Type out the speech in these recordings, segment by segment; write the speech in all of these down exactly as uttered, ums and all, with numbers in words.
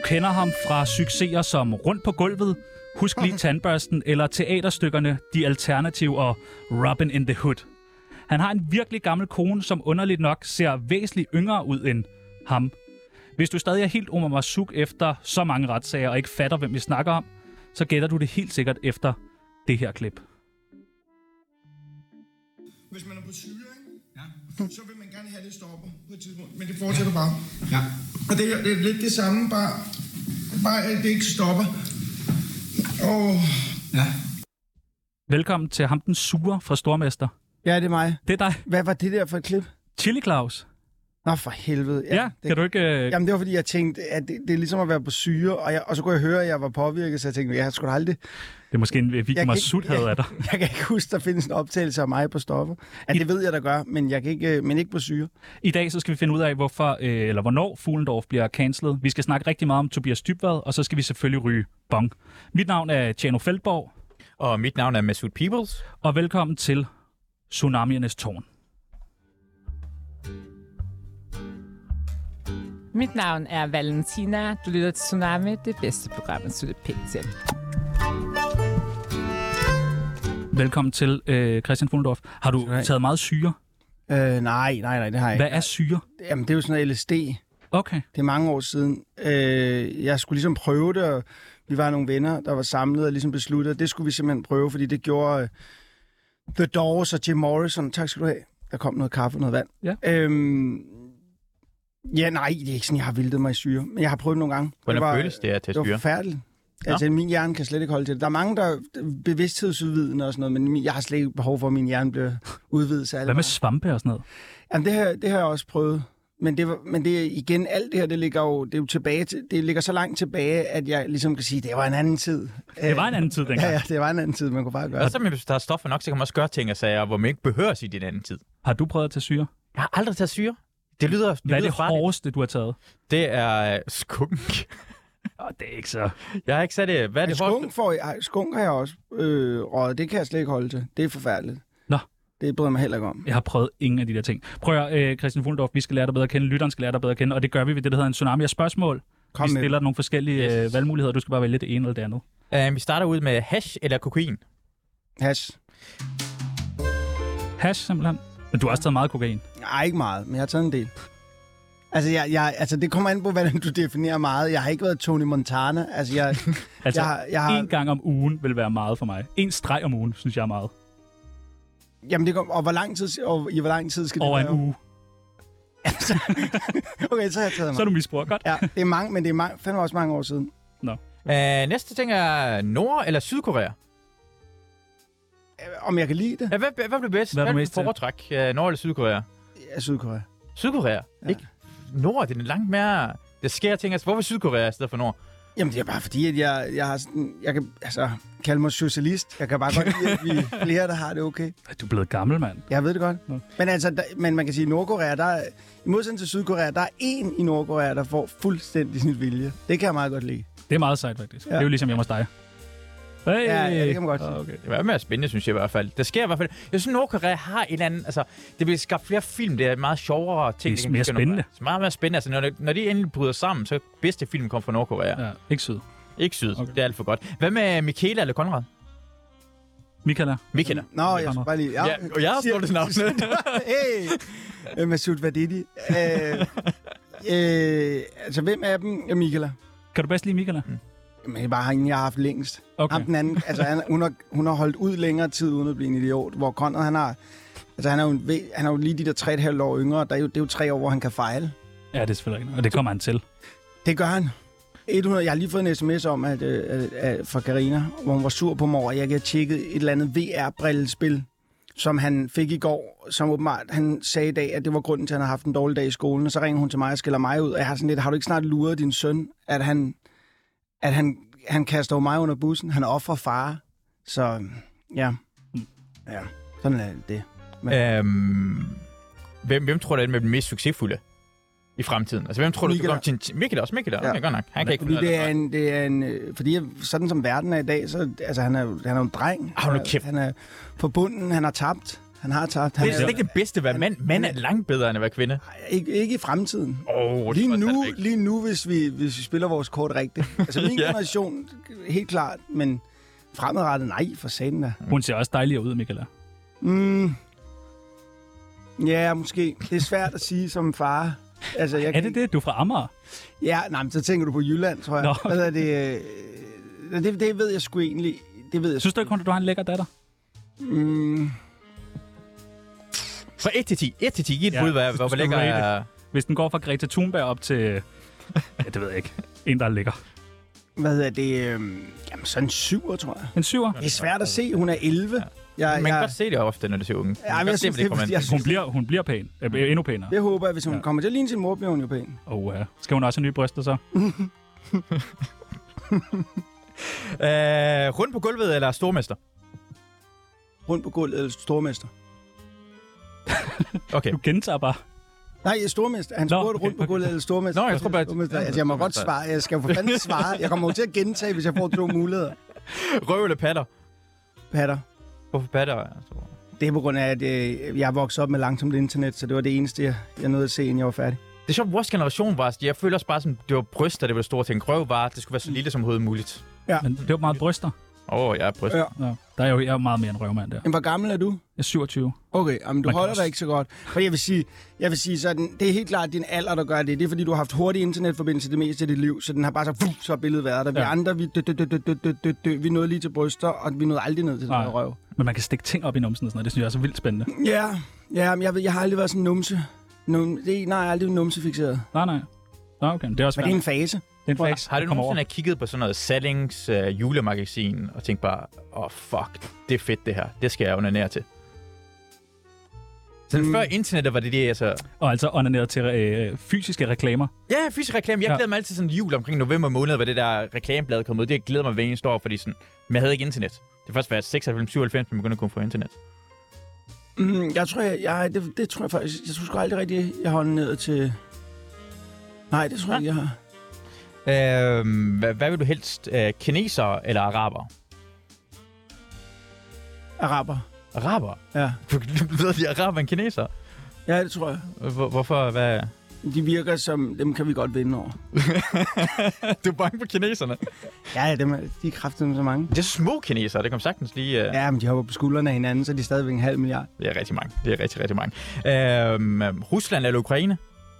kender ham fra succeser som Rundt på gulvet, Husk lige tandbørsten eller teaterstykkerne De Alternative og Robin in the Hood. Han har en virkelig gammel kone, som underligt nok ser væsentligt yngre ud end ham. Hvis du stadig er helt Omar Marzouk efter så mange retssager og ikke fatter, hvem vi snakker om, så gætter du det helt sikkert efter det her klip. Hvis man er på syre, ja. Så vil man gerne have det stopper på et tidspunkt, men det fortsætter bare. Ja. Og det, det er lidt det samme, bare, bare at det ikke stopper. Oh. Ja. Velkommen til ham den sure fra Stormester. Ja, det er mig. Det er dig. Hvad var det der for et klip? Chili Claus. Nå, for helvede. Ja, ja det, kan du ikke... Uh... Jamen, det var fordi, jeg tænkte, at det, det er ligesom at være på syre, og, jeg, og så kunne jeg høre, at jeg var påvirket, så jeg tænkte, jeg har sgu da aldrig... Det er måske en Viggo Masud havde af dig. Jeg, jeg kan ikke huske, der findes en optagelse af mig på stoffer. Ja, det ved jeg, der gør, men jeg kan ikke, men ikke på syre. I dag så skal vi finde ud af, hvorfor, øh, eller hvornår Fuglendorf bliver cancelet. Vi skal snakke rigtig meget om Tobias Dybvad, og så skal vi selvfølgelig ryge bong. Mit navn er Tjano Feldborg. Og mit navn er Masud Peoples. Og velkommen til Tsunamiernes Tårn. Mit navn er Valentina. Du lytter til Tsunami, det bedste program, at slutte pænt til. Velkommen til, øh, Christian Fuglendorf. Har du taget meget syre? Øh, nej, nej, nej, det har jeg ikke. Hvad er syre? Jamen, det er jo sådan noget L S D. Okay. Det er mange år siden. Øh, jeg skulle ligesom prøve det, og vi var nogle venner, der var samlet og ligesom besluttede, at det skulle vi simpelthen prøve, fordi det gjorde uh, The Doors og Jim Morrison. Tak skal du have. Der kom noget kaffe og noget vand. Ja. Øhm, ja, nej, det er ikke sådan, jeg har væltet mig i syre, men jeg har prøvet det nogle gange. Hvordan det var, føles det at tage syre? Det var forfærdeligt. Altså, min hjerne kan slet ikke holde til det. Der er mange, der er bevidsthedsudvidende og sådan noget, men jeg har slet ikke behov for, at min hjerne bliver udvidet særlig. Hvad med svampe og sådan noget? Jamen, det har, det har jeg også prøvet. Men det, var, men det igen, alt det her, det ligger jo, det er jo tilbage til, det ligger så langt tilbage, at jeg ligesom kan sige, at det var en anden tid. Det var en anden tid dengang. Ja, ja, det var en anden tid, man kunne bare gøre. Og så hvis der er stoffer nok, så kan man også gøre ting og sager, hvor man ikke behøver at sige, det er en anden tid. Har du prøvet at tage syre? Jeg har aldrig taget syre. Det lyder det Hvad er lyder det farligt. hårdeste, du har taget? Det er uh, skunk. Oh, det er ikke så... Jeg har ikke sat det. Hvad er det skunk, hårdeste? får jeg, skunk har jeg også øh, røget. Det kan jeg slet ikke holde til. Det er forfærdeligt. Nå. Det bryder jeg mig heller ikke om. Jeg har prøvet ingen af de der ting. Prøv at øh, Christian Fuglendorf, vi skal lære dig bedre at kende, lytteren skal lære dig bedre at kende, og det gør vi ved det, der hedder en tsunami af spørgsmål. Kom vi stiller med. Nogle forskellige yes. øh, valgmuligheder, du skal bare vælge det ene eller det andet. Uh, vi starter ud med hash eller kokain. Hash. Hash, simpelthen. Men du har også taget meget kokain. Nej, ikke meget, men jeg har taget en del. Altså, jeg, jeg, altså, det kommer an på, hvordan du definerer meget. Jeg har ikke været Tony Montana. Altså, jeg, altså jeg, har, jeg har... en gang om ugen vil være meget for mig. En streg om ugen, synes jeg er meget. Jamen, det kom, og hvor lang tid, og i hvor lang tid skal det over være? En uge. Altså, okay, så har jeg taget mig. Så er du misbruger, godt. Ja, det er mange, men det er mange, fandme også mange år siden. Nå. Uh, næste ting er Nord- eller Sydkorea? Om jeg kan lide det? Ja, hvad, hvad bliver bedst? Hvad er du mest til? Foretræk? Uh, Nord- eller Sydkorea? Ja, Sydkorea. Sydkorea? Ja. Ikke? Nord, det er langt mere... Det sker ting. Altså, hvorfor Sydkorea i stedet for Nord? Jamen, det er bare fordi, at jeg, jeg har sådan... Jeg kan altså kalde mig socialist. Jeg kan bare godt lide, at vi er flere, der har det okay. Du er blevet gammel, mand. Jeg ved det godt. Nå. Men altså, der, men man kan sige, at Nordkorea, der er, i modsætning til Sydkorea, der er en i Nordkorea, der får fuldstændig sin vilje. Det kan jeg meget godt lide. Det er meget sejt, faktisk. Ja. Det er jo ligesom hjemme hos dig. Hey. Ja, ja, det kan man godt sige. Okay. Det er mere spændende, synes jeg i hvert fald. Det sker i hvert fald. Jeg synes, Nordkorea har en eller anden... Altså, det bliver skabt flere film. Det er meget sjovere ting. Det er mere spændende. Det er meget mere spændende. Altså, når, når de endelig bryder sammen, så bedste film kommer fra Nordkorea. Ja, ikke syd. Ikke syd. Okay. Det er alt for godt. Hvad med Michaela eller Konrad? Michaela. Michaela. Nå, jeg skal bare lige... Ja, ja og jeg har stået det navn. Hey! Masud Vadidi. øh, øh, altså, hvem af dem er Michaela? Kan du bedst lide Michaela? Mm. Men det er bare hende, jeg har haft længst. Okay. Ham den anden, altså, han, hun, har, hun har holdt ud længere tid, uden at blive en idiot. Hvor Conrad, han har... Altså, han er jo, han er jo lige de der tre og et halvt år yngre. Der er jo, det er jo tre år, hvor han kan fejle. Ja, det er selvfølgelig ikke. Og det kommer han til. Det gør han. hundrede Jeg har lige fået en sms om, at, at, at fra Carina, hvor hun var sur på mig, og jeg havde tjekket et eller andet V R-brillespil, som han fik i går, som åbenbart, han sagde i dag, at det var grunden til, at han har haft en dårlig dag i skolen, og så ringer hun til mig og skælder mig ud, og jeg har sådan lidt, har du ikke snart luret din søn, at han, at han, han kaster mig under bussen, han offrer far, så ja, ja, sådan er det. Men... Øhm, hvem, hvem tror du er med den mest succesfulde i fremtiden? Altså, hvem tror du, du kommer til en... Michael også, Michael, ja. Okay, godt nok. Han kan ikke fordi det er en, det er en, fordi sådan som verden er i dag, så altså, han er han er jo en dreng. Ah, han, er, han er på bunden, han har tabt. Han har tabt. Han Det er slet ikke det bedste at være mand. Mand er langt bedre end at være kvinde. Nej, ikke, ikke i fremtiden. Oh, lige, nu, lige nu, hvis vi, hvis vi spiller vores kort rigtigt. Altså min Ja. generation, helt klart, men fremadrettet, nej, for satan da. Hun ser også dejligere ud, Michaela. Mm. Ja, måske. Det er svært at sige som far. Altså, jeg Er det det? Du er fra Amager? Ja, nej, men så tænker du på Jylland, tror jeg. Nå. Altså, det, øh, det, det ved jeg sgu egentlig. Det ved jeg Synes du ikke, du har en lækker datter? Mm. Fra et til ti. et til ti. Giv et Ja, bud, hvad, hvis hvor du lækker skal er... Hvis den går fra Greta Thunberg op til... Ja, det ved jeg ikke. En, der er lækker. Hvad hedder det? Øh, jamen, sådan en syver, tror jeg. En syver? Det er svært at se. Hun er elleve. Ja. Jeg, Man kan jeg, godt se det ofte, når det ser unge. Ja, men jeg synes, det, det, jeg, Hun bliver, hun bliver pæn. Øh, endnu pænere. det håber jeg, hvis hun Ja. ja. kommer til at ligne sin mor, bliver hun jo pæn. Og uh, skal hun også have nye bryster så? Øh, rundt på gulvet eller stormester? Rundt på gulvet eller stormester. Okay. Du gentager bare. Nej, jeg er stormester. Han Nå, spurgte okay, rundt på okay. gulvet eller stormester. Nå, jeg tror bare, at- Stormester. Altså, jeg må godt svare. Jeg skal jo for fanden svare. Jeg kommer jo til at gentage, hvis jeg får to muligheder. Røv eller patter? Patter. Hvorfor patter? Altså, Det er på grund af, at øh, jeg er vokset op med langsomt internet, så det var det eneste, jeg, jeg nåede at se, inden jeg var færdig. det er sjovt, vores generation var... Jeg føler også bare, som det var bryster, det var det store ting. Røv var, at det skulle være så lille som overhovedet muligt. Men det var meget bryster. Åh, oh, jeg er bryster. Ja. Ja. Der er jo, jeg er jo meget mere en røvmand der. Jeg Men hvor gammel er du? er syvogtyve. Okay, jamen, du Man kan holder også- dig ikke så godt. For jeg vil sige, jeg vil sige sådan, det er helt klart din alder, der gør det. Det er fordi, du har haft hurtig internetforbindelse det meste af dit liv, så den har bare så, fuh, så er billedet været der. Vi Ja. andre, vi, dø, dø, dø, dø, dø, dø, dø, dø. vi nåede lige til bryster, og vi nåede aldrig ned til den Nej. der røv. Men man kan stikke ting op i numsen og sådan noget. Det synes jeg er så vildt spændende. Ja, ja, men jeg, ved, jeg har aldrig været sådan en numse. Num, det er, nej, jeg har aldrig været numsefixeret. Nej, nej. Nå, okay. Men det er også Men det er fair. en fase. Det er en tror jeg. fase. Har du der kommer nogensinde kigget på sådan noget Sallings uh, julemagasin og tænkt bare, åh oh, fuck, det er fedt det her. Det skal jeg onanere til. Så Mm. før internettet var det det, altså... Og altså onaneret til øh, fysiske reklamer. Ja, fysisk reklame. Jeg Ja. glæder mig altid sådan jul omkring november måned, hvor det der reklameblad kom ud. Det glæder mig hver eneste år, fordi sådan, men jeg havde ikke internet. Det er først været seksoghalvfems syvoghalvfems, man begyndte at kunne få internet. Mm, jeg tror, jeg, jeg det, det tror jeg faktisk, jeg tror sgu aldrig rigtigt, jeg holder ned til... Nej, det tror jeg ikke, jeg har. Øh, hvad, hvad vil du helst? Øh, kineser eller araber? Araber. Araber? Ja. Du ved, de er araber end kineser. Ja, det tror jeg. Hvor, hvorfor? Hvad? De virker som, dem kan vi godt vinde over. Du er bange for kineserne. Ja, ja, dem er, de er kraftedeme så mange. Det er små kinesere, det kom sagtens lige... Uh... Ja, men de hopper på skuldrene af hinanden, så er de stadigvæk en halv milliard. Det er rigtig mange. Det er rigtig, rigtig mange. Øh, Rusland eller Ukraine?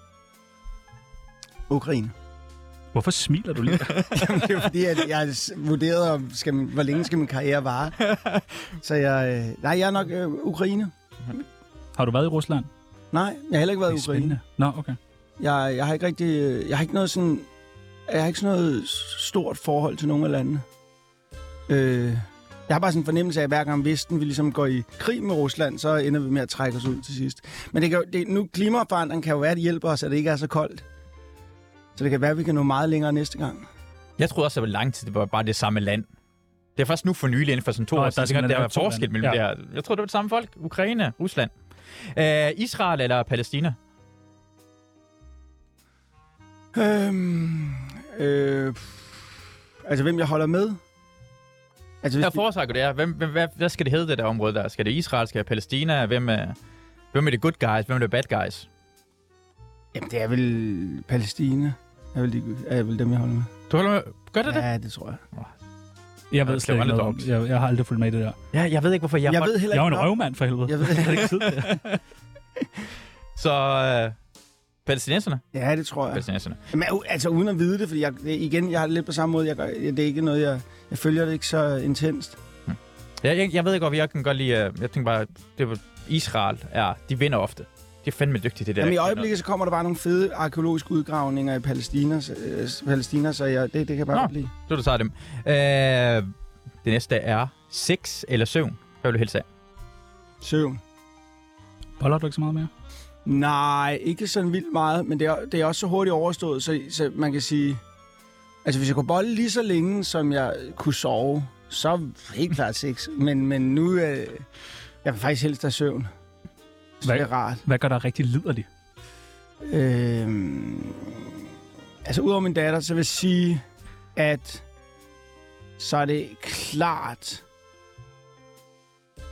Ukraine. Hvorfor smiler du lige? Jamen, det er jo fordi, at jeg har vurderet, om skal, man- hvor længe skal min karriere vare. Så jeg... Øh, nej, jeg er nok øh, Ukraine. Har du været i Rusland? Nej, jeg har heller ikke været i Det er Ukraine. spændende. Nå, okay. Jeg, jeg har ikke rigtig... øh, Jeg har ikke noget sådan... Jeg har ikke sådan noget stort forhold til nogen af landene. Øh, jeg har bare sådan en fornemmelse af, at hver gang Vesten vi ligesom går i krig med Rusland, så ender vi med at trække os ud til sidst. Men det kan jo, det, nu klimaforandring kan jo være, at det hjælper os, at det ikke er så koldt. Så det kan være, at vi kan nå meget længere næste gang. Jeg troede også, at det var lang tid, det var bare det samme land. Det er først nu for nylig, inden for sådan to Nå, år der er siden, der, simpelthen der er været to forskel lande. mellem Ja. det her. Jeg tror det var det samme folk. Ukraine, Rusland. Øh, Israel eller Palæstina? Øhm, øh, altså, hvem jeg holder med? Altså, hvis Jeg foretrækker det er, hvem, hvem, hvad, hvad skal det hedde, det der område der? Skal det Israel, skal det Palæstina? Hvem er, hvem er det good guys? Hvem er det bad guys? Jamen, det er vel Palæstina. Er vel, de, er vel dem, jeg holder med. Du holder med? Gør det det? Ja, det tror jeg. Jeg ved Det slet var ikke lidt noget om dumt. jeg, jeg har aldrig fulgt med i det der. Ja, jeg ved ikke, hvorfor jeg... Jeg var- ved heller Jeg er jo ikke en nok. røvmand for helvede. Jeg ved Jeg har ikke tid til det. Så øh, palæstinenserne? Ja, det tror jeg. Palæstinenserne. Men u- altså uden at vide det, fordi jeg, det- igen, jeg har det lidt på samme måde. Jeg gør, det er ikke noget, jeg, jeg følger det ikke så intenst. Ja, jeg, jeg ved ikke, hvorfor jeg kan godt lide... øh, Jeg tænker bare, det var Israel er... De vinder ofte. De er fandme dygtige, det der. Jamen i øjeblikket, så kommer der bare nogle fede arkeologiske udgravninger i Palæstina, så, øh, Palæstina, så jeg, det, det kan jeg bare Nå. godt lide. Du, du tager dem. Øh, det næste er sex eller søvn. Hvad vil du helst have? Søvn. Boller du ikke så meget mere? Nej, ikke sådan vildt meget, men det er, det er også så hurtigt overstået, så, så man kan sige... Altså, hvis jeg kunne bolle lige så længe, som jeg kunne sove, så helt klart sex. Men, men nu... Øh, jeg vil faktisk helst have søvn. Så Hvad? det er rart. Hvad gør dig rigtig liderlig? Øhm, altså, udover min datter, så vil jeg sige, at så er det klart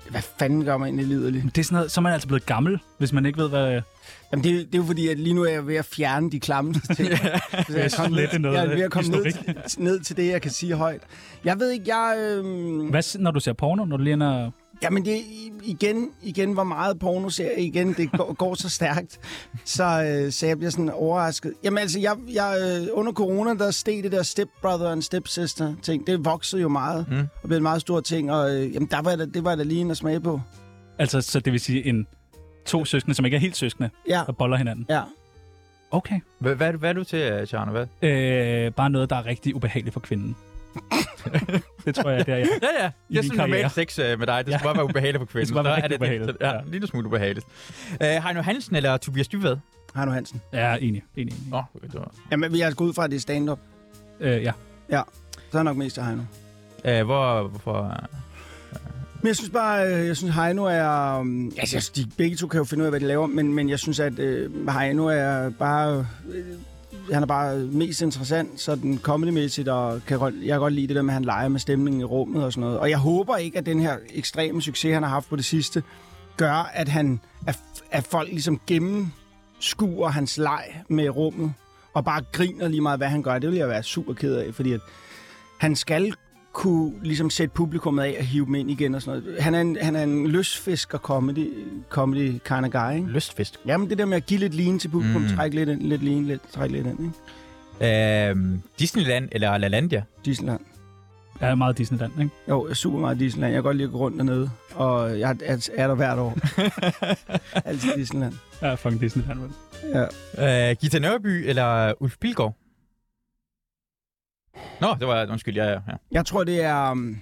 Hvad fanden gør man egentlig liderlig? Det er sådan noget, så er man altså blevet gammel, hvis man ikke ved, hvad... Jamen, det, det er jo fordi, at lige nu er jeg ved at fjerne de klammeste ting. Ja, det er slet noget jeg er ved at komme ned til, ned til det, jeg kan sige højt. Jeg ved ikke, jeg... Øh... Hvad når du ser porno, når du lige er... Jamen, det igen, igen, hvor meget porno ser jeg igen. Det går, går så stærkt, så, øh, så jeg bliver sådan overrasket. Jamen altså, jeg, jeg, øh, under corona, der steg det der stepbrother and stepsister ting. Det voksede jo meget, mm. og blev en meget stor ting, og øh, jamen, der var der, det var der lige en at smage på. Altså, så det vil sige en to søskende, som ikke er helt søskende, ja. der boller hinanden? Ja. Okay. Hvad, hvad, hvad er du til, Tjarno? Hvad? Øh, bare noget, der er rigtig ubehageligt for kvinden. Det tror jeg, det er jeg. Ja, ja. Det er sådan normalt sex med dig. Det skal ja. bare være ubehageligt for kvinden. Det skal bare være rigtig ubehageligt. Det, ja, ja. En lille smule ubehageligt. Uh, Heino Hansen eller Tobias Dybvad? Heino Hansen. Ja, enig. enig, enig. Oh, okay, det var... Jamen, vi har gået ud fra, at det er stand-up. Øh, ja. Ja, så er nok mest af Heino. Uh, hvor... Hvorfor... Men jeg synes bare, jeg synes Heino er... Um, altså, de begge to kan jo finde ud af, hvad de laver, men, men jeg synes, at uh, Heino er bare... Uh, han er bare mest interessant, sådan comedymæssigt, og kan godt, jeg kan godt lide det der med, at han leger med stemningen i rummet og sådan noget. Og jeg håber ikke, at den her ekstreme succes, han har haft på det sidste, gør, at, han, at, at folk ligesom gennemskuer hans leg med rummet, og bare griner lige meget, hvad han gør. Det vil jeg være super ked af, fordi at han skal kunne ligesom sætte publikummet af og hive dem ind igen og sådan noget. Han er en, han er en lystfisker comedy, comedy kind of guy, ikke? Lystfisk? Jamen det der med at give lidt lean til publikum, mm. trække lidt ind, lidt lean, lidt, trække lidt ind, ikke? Øhm, Disneyland eller LaLandia? Disneyland. Jeg er meget Disneyland, ikke? Jo, jeg er super meget Disneyland. Jeg kan godt lide at gå rundt dernede, og jeg er, er der hvert år. Altid Disneyland. Jeg er fucking Disneyland, vel? Ja. Øh, Gita Nørby eller Ulf Pilgaard? Nå, det var... Undskyld, ja, ja. Jeg tror, det er... Um...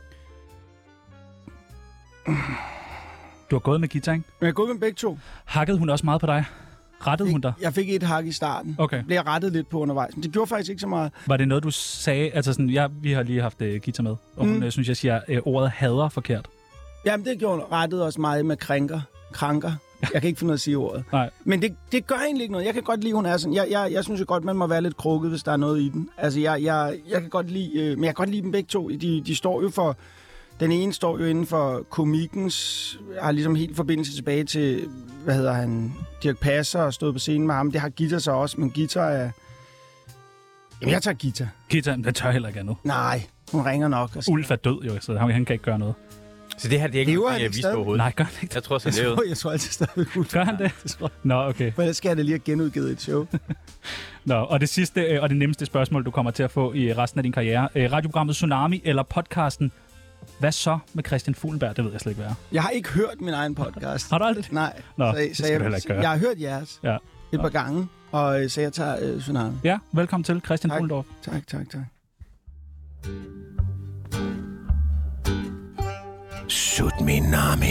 Du har gået med Gita, ikke? Men jeg har gået med begge to. Hakkede hun også meget på dig? Rettede jeg, hun dig? Jeg fik et hak i starten. Okay. Blev jeg rettet lidt på undervejs. Men det gjorde faktisk ikke så meget. Var det noget, du sagde? Altså sådan, ja, vi har lige haft uh, Gita med, og mm. hun uh, synes, jeg siger uh, ordet hader forkert. Jamen, det gjorde hun rettet også meget med krænker. Kranker. Jeg kan ikke finde noget at sige ordet. Nej. Men det, det gør egentlig ikke noget. Jeg kan godt lide, hun er sådan. Jeg, jeg, jeg synes jo godt, man må være lidt krukket, hvis der er noget i den. Altså, jeg, jeg, jeg kan godt lide... Øh, men jeg kan godt lide dem begge to. De, de står jo for... Den ene står jo inden for komikkens... Har ligesom helt forbindelse tilbage til... Hvad hedder han? Dirch Passer og stået på scenen med ham. Det har Gita så også, men Gita er... Jamen, jeg tager Gita. Gita, den tør heller ikke andet. Nej, hun ringer nok. Og Ulf er død jo, så han, han kan ikke gøre noget. Så det her, det er ikke noget, jeg vidste overhovedet. Nej, gør han ikke. Jeg tror så, det er jeg, jeg tror altid stadig Ulf. Gør han det? Nå, okay. For ellers skal jeg da lige have genudgivet et show. Nå, og det sidste og det nemmeste spørgsmål, du kommer til at få i resten af din karriere. Radioprogrammet Tsunami eller podcasten Hvad så med Christian Fuglenberg? Det ved jeg slet ikke, hvad er. Jeg har ikke hørt min egen podcast. Har du aldrig? Nej. Nå, så, det så skal jeg, du heller ikke gøre. Jeg har hørt jeres ja. et Nå. par gange, og så jeg tager uh, Tsunami. Ja, velkommen til Christian tak. Fuglendorf. Tak, tak, tak. Tsunami.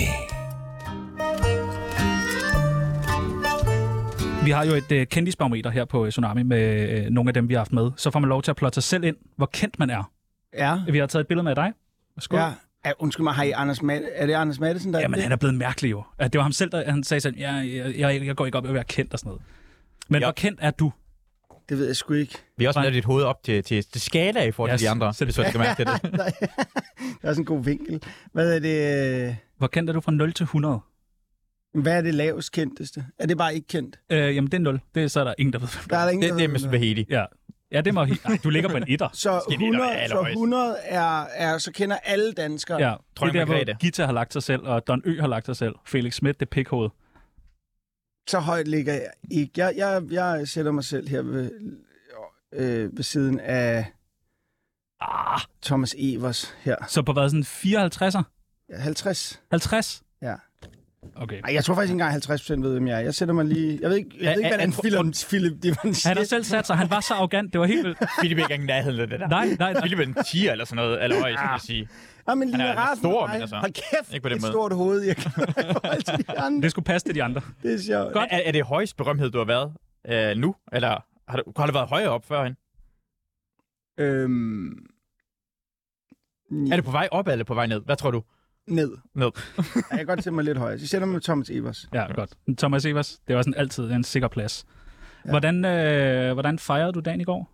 Vi har jo et uh, kendisbarometer her på uh, Tsunami med uh, nogle af dem, vi har haft med. Så får man lov til at plotte sig selv ind, hvor kendt man er. Ja. Vi har taget et billede med dig. Skål. Ja. Ja, undskyld mig, har I Anders Mad- er det Anders Madsen, der Jamen, er det? han er blevet mærkelig jo. Det var ham selv, der han sagde sådan, ja, jeg, jeg, jeg går ikke op i at være kendt og sådan noget. Men ja. Hvor kendt er du? Det ved jeg sgu ikke. Vi har også lavet dit hoved op til, til, til skala i forhold til yes. de andre, hvis du skal mærke det. Det er også en god vinkel. Hvad er det? Hvor kendt er du fra nul til hundrede? Hvad er det lavest kendteste? Er det bare ikke kendt? Øh, jamen, det er nul. Det er så er der ingen, der ved. Der er der ingen, det, der det er med Svahedi. Ja. Ja, det må he- Ej, du ligger på en etter. Så hundrede, så hundrede er, er, så kender alle danskere. Ja, det er der, hvor Gita har lagt sig selv, og Don Ø har lagt sig selv. Felix Schmidt, det er pikhoved. Så højt ligger jeg ikke. Jeg, jeg, jeg sætter mig selv her ved, øh, ved siden af ah. Thomas Evers her. Så på hvad, sådan fireoghalvtredser? Ja, halvtreds. halvtreds? Ja. Okay. Ej, jeg tror faktisk ikke engang halvtreds procent ved, hvem jeg er. Jeg sætter mig lige... Jeg ved ikke, jeg ved ikke hvordan Philip... Philip det var en han har selv sat sig. Han var så arrogant. Det var helt vildt. Philip er ikke engang nærheden af det der. Nej, nej, nej. Philip er en tiger eller sådan noget. Eller hvad jeg skal sige. Ja, men lige han er resten stor, men altså. Hold kæft, ikke på den et måde. stort hoved. Jeg kan det skulle passe til de andre. Det er sjovt. Godt. Er, er det højst berømthed, du har været øh, nu? Eller har du, har du været højere op førhen? Øhm... Er det på vej op eller på vej ned? Hvad tror du? Ned. Ned. Jeg kan godt sætte mig lidt højere. Så sætter mig med Thomas Evers. Ja, godt. Thomas Evers, det var sådan altid en sikker plads. Ja. Hvordan, øh, hvordan fejrede du dagen i går?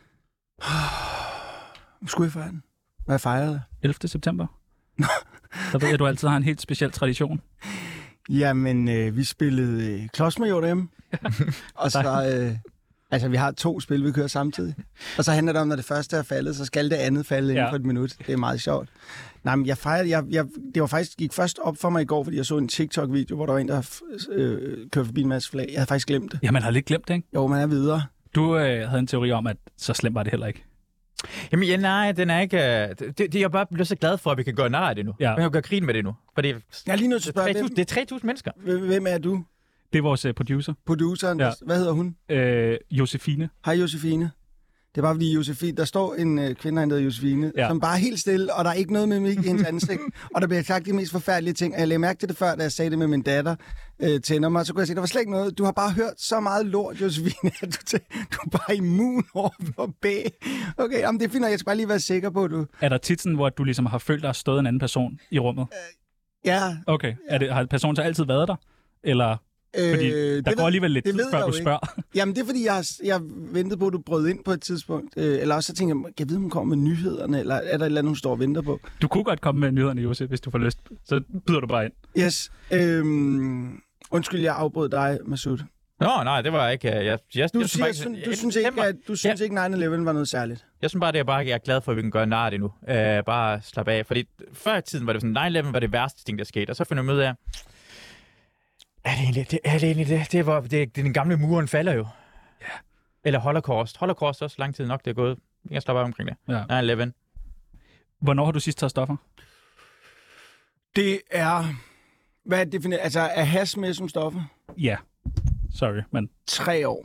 Skulle jeg fejre den? Hvad fejrede jeg? ellevte september. Så ved jeg, at du altid har en helt speciel tradition. Jamen, øh, vi spillede øh, Klodsmajor derhjemme. Og så... Øh, altså, vi har to spil, vi kører samtidig. Og så handler det om, når det første er faldet, så skal det andet falde inden ja. for et minut. Det er meget sjovt. Nej, men jeg fejrede... Jeg, jeg, det var faktisk gik først op for mig i går, fordi jeg så en TikTok-video, hvor der var en, der øh, kørte forbi en masse flag. Jeg havde faktisk glemt det. Ja, man har lidt glemt det, ikke? Jo, man er videre. Du øh, havde en teori om, at så slemt var det heller ikke. Jamen, ja, nej, den er ikke... Uh, det, det, jeg er bare blevet så glad for, at vi kan gøre nar af det nu. Ja. Vi kan gøre grin med det nu. Fordi jeg er lige nødt til at spørge, det er tre tusind mennesker. Hvem er du? Det er vores uh, producer. Produceren? Ja. Hvad hedder hun? Øh, Josefine. Hej, Josefine. Det er bare fordi Josefine, der står en øh, kvinde, der hedder Josefine, ja. som bare er helt stille, og der er ikke noget med mig i hendes ansigt. Og der bliver sagt de mest forfærdelige ting. Jeg lagde mærke til det før, da jeg sagde det med min datter øh, til mig. Så kunne jeg sige, der var slet ikke noget. Du har bare hørt så meget lort, Josefine, at du, du er bare immun over for B. Okay, jamen, det er fint, og jeg skal bare lige være sikker på, at du... Er der tit sådan, hvor du ligesom har følt, der har stået en anden person i rummet? Øh, ja. Okay. Er det, har personen så altid været der? Eller... Fordi øh, der går alligevel lidt tid, før du spørger. Ikke. Jamen, det er, fordi jeg, jeg ventede på, at du brød ind på et tidspunkt. Øh, eller også så tænker jeg, kan jeg vide, om hun kommer med nyhederne, eller er der et eller andet, hun står og venter på? Du kunne godt komme med nyhederne, Josef, hvis du får lyst. Så byder du bare ind. Yes. Øhm, undskyld, jeg afbrød dig, Masoud. Nå, nej, det var ikke... Jeg, jeg, jeg, du jeg, siger, jeg, synes, jeg, du synes ikke, at du synes ja. ikke nine eleven var noget særligt? Jeg synes bare, det er bare, jeg er glad for, at vi kan gøre nar af det nu. Uh, bare slappe af. Fordi før i tiden var det sådan, nine eleven var det værste ting, der skete. Og så finder jeg ud af... Er det egentlig det? Er det, egentlig det? Det, var, det, det den gamle muren falder jo. Ja. Yeah. Eller Holocaust. Holocaust også lang tid nok, det er gået. Jeg slapper af omkring det. Ja. nine eleven. Hvornår har du sidst taget stoffer? Det er... Hvad er det defineret? Altså, er hash med som stoffer? Ja. Sorry, men... Tre år.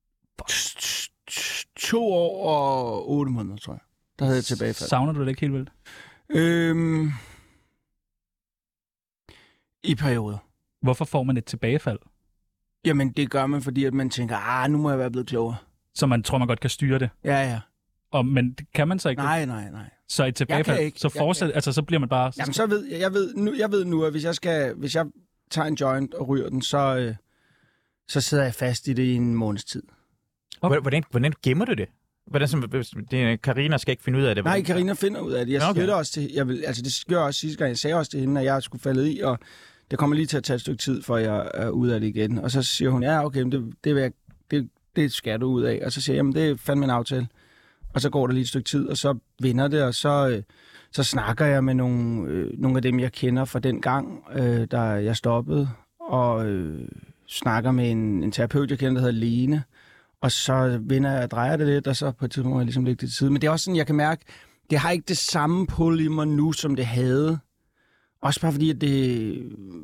To år og otte måneder, tror jeg. Der havde jeg tilbagefald. Savner du det ikke helt vildt? Øhm... I perioder. Hvorfor får man et tilbagefald? Jamen, det gør man, fordi at man tænker, ah, nu må jeg være blevet klogere. Så man tror, man godt kan styre det? Ja, ja. Og, men kan man så ikke? Nej, nej, nej. Så et tilbagefald, så fortsæt, altså så bliver man bare... Jamen, så ved jeg, jeg ved nu, jeg ved nu, at hvis jeg skal, hvis jeg tager en joint og ryger den, så, øh, så sidder jeg fast i det i en måneds tid. Okay. Hvordan, hvordan gemmer du det? Hvordan som det, Carina skal ikke finde ud af det? Nej, Carina finder ud af det. Jeg okay. siger det også til, jeg vil, altså det gør jeg også sidste gang. Jeg sagde også til hende, at jeg skulle falde i, og det kommer lige til at tage et stykke tid, for jeg er ude af det igen. Og så siger hun, ja, okay, det, det, vil jeg, det, det skal du ud af. Og så siger jeg, jamen det er fandme en aftale. Og så går der lige et stykke tid, og så vinder det, og så, øh, så snakker jeg med nogle, øh, nogle af dem, jeg kender fra den gang, øh, der jeg stoppede, og øh, snakker med en, en terapeut, jeg kender, der hedder Lene. Og så vinder jeg og drejer det lidt, og så på et tidspunkt må jeg ligesom lægge det til side. Men det er også sådan, jeg kan mærke, det har ikke det samme pull i mig nu, som det havde. Også bare fordi, at det,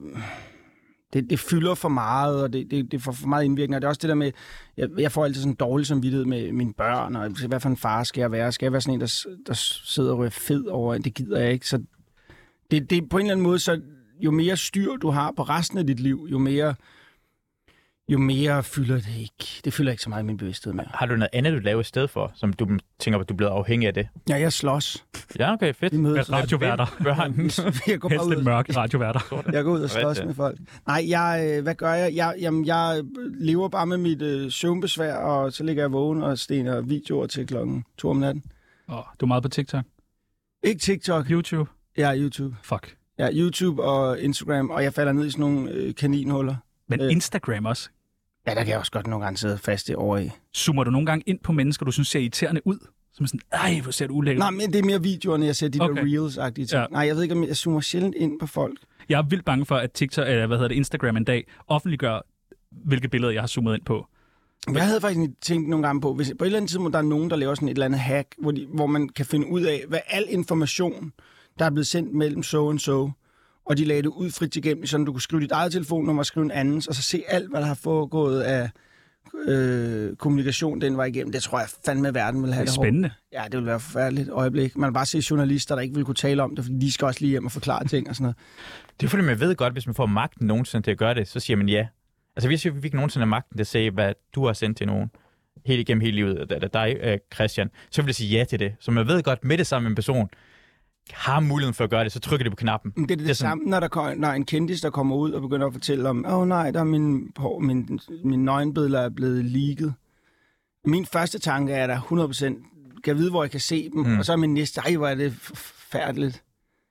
det, det fylder for meget, og det, det, det får for meget indvirkning. Og det er også det der med, jeg, jeg får altid sådan en dårlig samvittighed med mine børn, og hvad for en far skal jeg være? Skal jeg være sådan en, der, der sidder og ryger fed over? Det gider jeg ikke. Så det, det på en eller anden måde, så jo mere styr du har på resten af dit liv, jo mere... jo mere fylder det ikke. Det fylder ikke så meget i min bevidsthed mere. Har du noget andet, du laver i stedet for, som du tænker, at du er blevet afhængig af det? Ja, jeg slås. Ja, okay, fedt. Med radioværter. Jeg går Helst lidt mørke radioværter. Jeg går ud og slås med folk. Nej, jeg, hvad gør jeg? Jeg, jamen, jeg lever bare med mit øh, søvnbesvær, og så ligger jeg vågen og stener videoer til klokken to om natten. Åh, oh, du er meget på TikTok? Ikke TikTok. YouTube? Ja, YouTube. Fuck. Ja, YouTube og Instagram, og jeg falder ned i sådan nogle øh, kaninhuller. Men øh. Instagram også? Ja, der kan jeg også godt nogle gange sidde fast i over i. Zoomer du nogle gange ind på mennesker, du synes ser irriterende ud? Som er sådan, ej, hvor ser du ulækkert. Nej, men det er mere videoerne, jeg ser de okay. der reels-agtige ting. Ja. Nej, jeg ved ikke, om jeg zoomer sjældent ind på folk. Jeg er vildt bange for, at TikTok, eller hvad hedder det, Instagram en dag offentliggør, hvilke billeder jeg har zoomet ind på. Jeg havde faktisk tænkt nogle gange på, hvis på et eller andet tidspunkt, der er nogen, der laver sådan et eller andet hack, hvor, de, hvor man kan finde ud af, hvad al information, der er blevet sendt mellem so and so, og de lagde det ud frit igennem, så du kunne skrive dit eget telefonnummer og skrive en andens, og så se alt, hvad der har foregået af øh, kommunikation, den var igennem. Det tror jeg fandme, verden vil have det. Det er spændende. Ja, det vil være et forfærdeligt øjeblik. Man vil bare se journalister, der ikke vil kunne tale om det, fordi de skal også lige hjem og forklare ting og sådan noget. Det er fordi, man ved godt, hvis man får magten nogensinde til at gøre det, så siger man ja. Altså hvis vi ikke nogensinde har magten til at se, hvad du har sendt til nogen, helt igennem hele livet, af dig, Christian, så vil jeg sige ja til det. Så man ved godt, med det samme en person har muligheden for at gøre det, så trykker det på knappen. Det er det, det, det samme, når, der, når en kendis, der kommer ud og begynder at fortælle om, åh oh, nej, der er min, min, min nøgenbilleder er blevet leaget. Min første tanke er, at hundrede procent kan vide, hvor jeg kan se dem, mm. og så er min næste, ej, hvor er det forfærdeligt.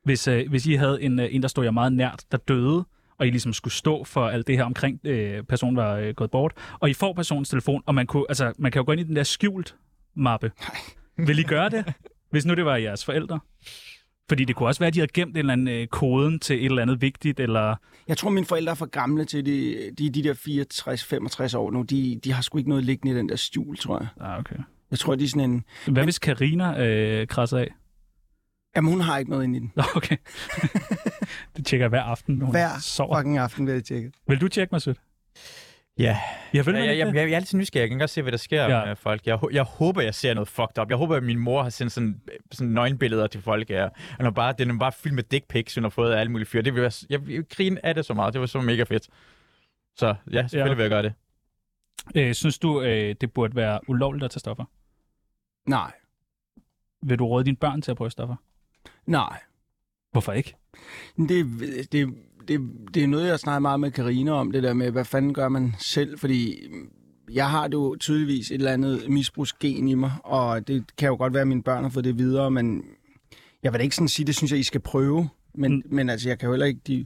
Hvis, øh, hvis I havde en, øh, en, der stod jer meget nært, der døde, og I ligesom skulle stå for alt det her omkring, øh, personen var øh, gået bort, og I får personens telefon, og man, kunne, altså, man kan jo gå ind i den der skjult-mappe. Vil I gøre det, hvis nu det var jeres forældre? Fordi det kunne også være, at de havde gemt en eller anden øh, koden til et eller andet vigtigt, eller... Jeg tror, mine forældre er for gamle til de, de, de der fireogtres femogtres år nu. De, de har sgu ikke noget liggende i den der skjul, tror jeg. Ah, okay. Jeg tror, de er sådan en... Hvad men... hvis Carina øh, krasser af? Jamen, hun har ikke noget inde i den. Okay. Det tjekker jeg hver aften, når hun hver sover. fucking aften vil jeg tjekke. Vil du tjekke mig, sødt? Ja. Jeg, vil jeg, jeg, jeg, jeg er altid nysgerrig. Jeg kan godt se, hvad der sker ja. med folk. Jeg, jeg håber, jeg ser noget fucked up. Jeg håber, at min mor har sendt sådan, sådan nøgenbilleder til folk. Ja. Og når bare, den er bare fyldt med dick pics, hun har fået af alle mulige fyre. Det vil være, jeg, jeg vil grine af det så meget. Det var så mega fedt. Så ja, selvfølgelig ja. vil jeg gøre det. Øh, synes du, øh, det burde være ulovligt at tage stoffer? Nej. Vil du råde dine børn til at prøve stoffer? Nej. Hvorfor ikke? Det, det, det, det er noget, jeg snakker meget med Carina om, det der med, hvad fanden gør man selv, fordi jeg har det jo tydeligvis et eller andet misbrugsgen i mig, og det kan jo godt være, at mine børn har fået det videre, men jeg vil da ikke sådan sige, det synes jeg, I skal prøve, men, mm. men altså, jeg kan jo heller ikke... De,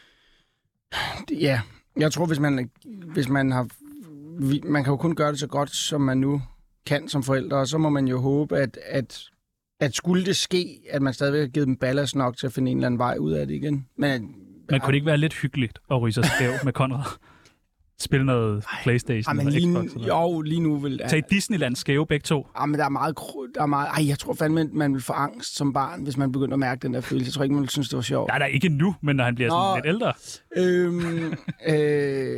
de, ja, jeg tror, hvis man, hvis man har... Man kan jo kun gøre det så godt, som man nu kan som forældre, og så må man jo håbe, at, at at skulle det ske, at man stadigvæk har givet dem ballast nok til at finde en eller anden vej ud af det igen. Men, men kunne det ikke være lidt hyggeligt at ryge sig skæv med Conrad? Spille noget Ej, PlayStation eller lige, Xbox? Eller jo, lige nu vil... Tag Disneyland skæve begge to. Ja, men der er meget... Der er meget ej, jeg tror fandme, man vil få angst som barn, hvis man begynder at mærke den der følelse. Jeg tror ikke, man vil synes, det var sjovt. Nej, der er ikke nu, men når han bliver sådan Nå, lidt ældre. Øhm, øh,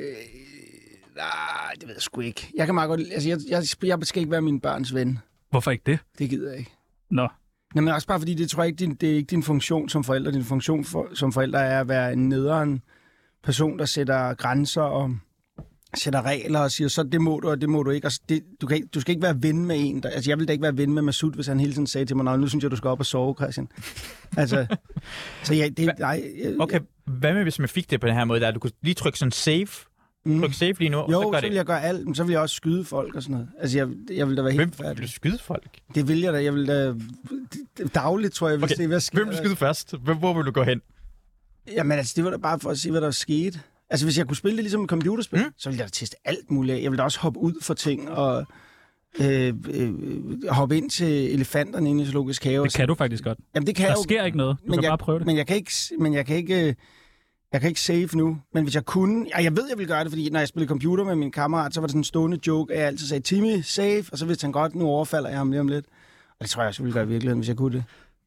nej, det ved jeg sgu ikke. Jeg kan meget godt... Altså, jeg, jeg, jeg skal ikke være min børns ven. Hvorfor ikke det? Det gider jeg ikke. Nå. Nej, men også bare fordi, det tror jeg ikke, din, det er ikke din funktion som forælder. Din funktion for, som forælder er at være en nederen person, der sætter grænser og sætter regler og siger, så det må du, og det må du ikke. Altså, det, du, kan ikke du skal ikke være ven med en. Der, altså, jeg ville da ikke være ven med Masud, hvis han hele tiden sagde til mig, nu synes jeg, du skal op og sove, Christian. Altså, så ja, det... Nej, jeg, okay, hvad med, hvis man fik det på den her måde, der du kunne lige trykke sådan save... Mm. Tryk safe lige nu, jo, og så gør så det. vil jeg gøre alt, men så vil jeg også skyde folk og sådan noget. Altså, jeg, jeg vil da være Hvem helt færdig. vil du skyde folk? Det vil jeg da. Jeg vil da... Dagligt, tror jeg, jeg vil okay. se, hvad sker. Hvem vil skyde først? Hvor vil du gå hen? Jamen, altså, det var da bare for at se, hvad der skete. Altså, hvis jeg kunne spille det ligesom et computerspil, mm. så ville jeg da teste alt muligt. Jeg ville da også hoppe ud for ting og øh, øh, hoppe ind til elefanterne inde i zoologisk have. Det kan du faktisk godt. Jamen, det kan der jeg jo, sker ikke noget. Du men kan jeg, bare prøve det. Men jeg kan ikke... Men jeg kan ikke øh, Jeg kan ikke save nu, men hvis jeg kunne... Ja, jeg ved, jeg ville gøre det, fordi når jeg spillede computer med min kammerat, så var det sådan en stående joke, at jeg altid sagde, Timmy, save, og så vidste han godt, nu overfalder jeg ham lige om lidt. Og det tror jeg også ville gøre i virkeligheden, hvis jeg kunne det.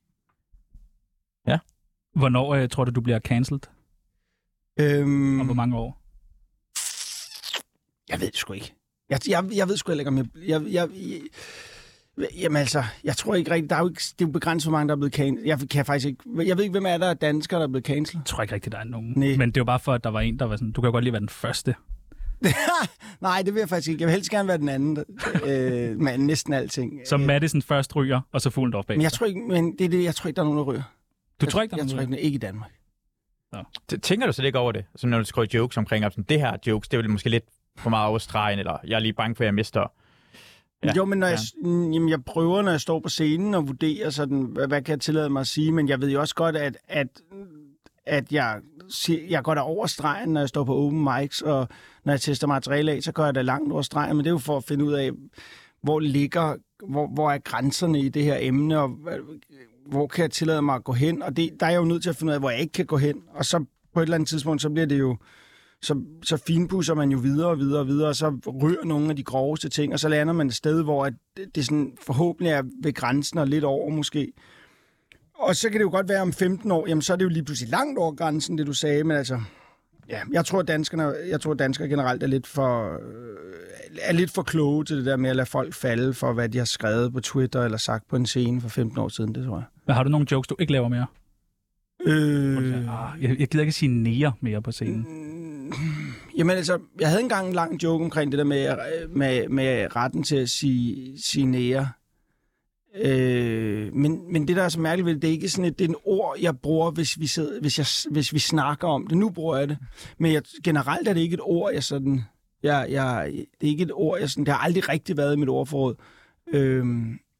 Ja. Hvornår øh, tror du, du bliver cancelled? Øhm... Om hvor mange år? Jeg ved det sgu ikke. Jeg, jeg, jeg ved sgu heller ikke, om jeg... jeg, jeg, jeg Jamen altså, jeg tror ikke rigtigt, der er jo ikke, det er jo begrænset, hvor mange, der er blevet cancelled. Jeg kan faktisk ikke, jeg ved ikke, hvem er der danskere, der er blevet cancelled. Jeg tror ikke rigtigt, der er nogen. Nej. Men det er jo bare for, at der var en, der var sådan, du kan jo godt lige være den første. Nej, det vil jeg faktisk ikke. Jeg vil helst gerne være den anden, øh, med næsten alting. Så Madison først ryger, og så fuglen op bag. Men jeg tror ikke, men det er det, jeg tror ikke, der er nogen, der ryger. Du jeg, tror ikke, der er jeg nogen, tror ikke, ikke i Danmark. Ja. Tænker du så ikke over det? Så når du skriver jokes omkring, sådan, det her jokes, det er jo måske lidt for meget overstregen, eller jeg er lige bange for, at jeg mister... Ja, jo, men når jeg, jamen, jeg prøver, når jeg står på scenen og vurderer, sådan, hvad, hvad kan jeg tillade mig at sige, men jeg ved jo også godt, at, at, at jeg, jeg går der over stregen, når jeg står på open mics, og når jeg tester materiale af, så går jeg da langt over stregen, men det er jo for at finde ud af, hvor ligger, hvor, hvor er grænserne i det her emne, og hvor kan jeg tillade mig at gå hen, og det, der er jeg jo nødt til at finde ud af, hvor jeg ikke kan gå hen, og så på et eller andet tidspunkt, så bliver det jo Så, så finpudser man jo videre og videre og videre, og så rører nogle af de groveste ting, og så lander man et sted, hvor at det, det sådan forhåbentlig er ved grænsen og lidt over måske. Og så kan det jo godt være om femten år, jamen så er det jo lige pludselig langt over grænsen, det du sagde, men altså, ja, jeg tror, at danskerne, jeg tror, at danskere generelt er lidt for, er lidt for kloge til det der med at lade folk falde for, hvad de har skrevet på Twitter eller sagt på en scene for femten år siden, det tror jeg. Men har du nogle jokes, du ikke laver mere? Øh... Jeg, jeg gider ikke sige nære mere på scenen. Jamen altså, jeg havde engang en lang joke omkring det der med, med, med retten til at sige, sige nære. Øh, men, men det, der er så mærkeligt ved det, det er ikke sådan et, det er en ord, jeg bruger, hvis vi, sidder, hvis, jeg, hvis vi snakker om det. Nu bruger jeg det. Men jeg, generelt er det ikke et ord, jeg sådan... Jeg, jeg, det er ikke et ord, jeg sådan... Det har aldrig rigtig været i mit ordforråd. Øh,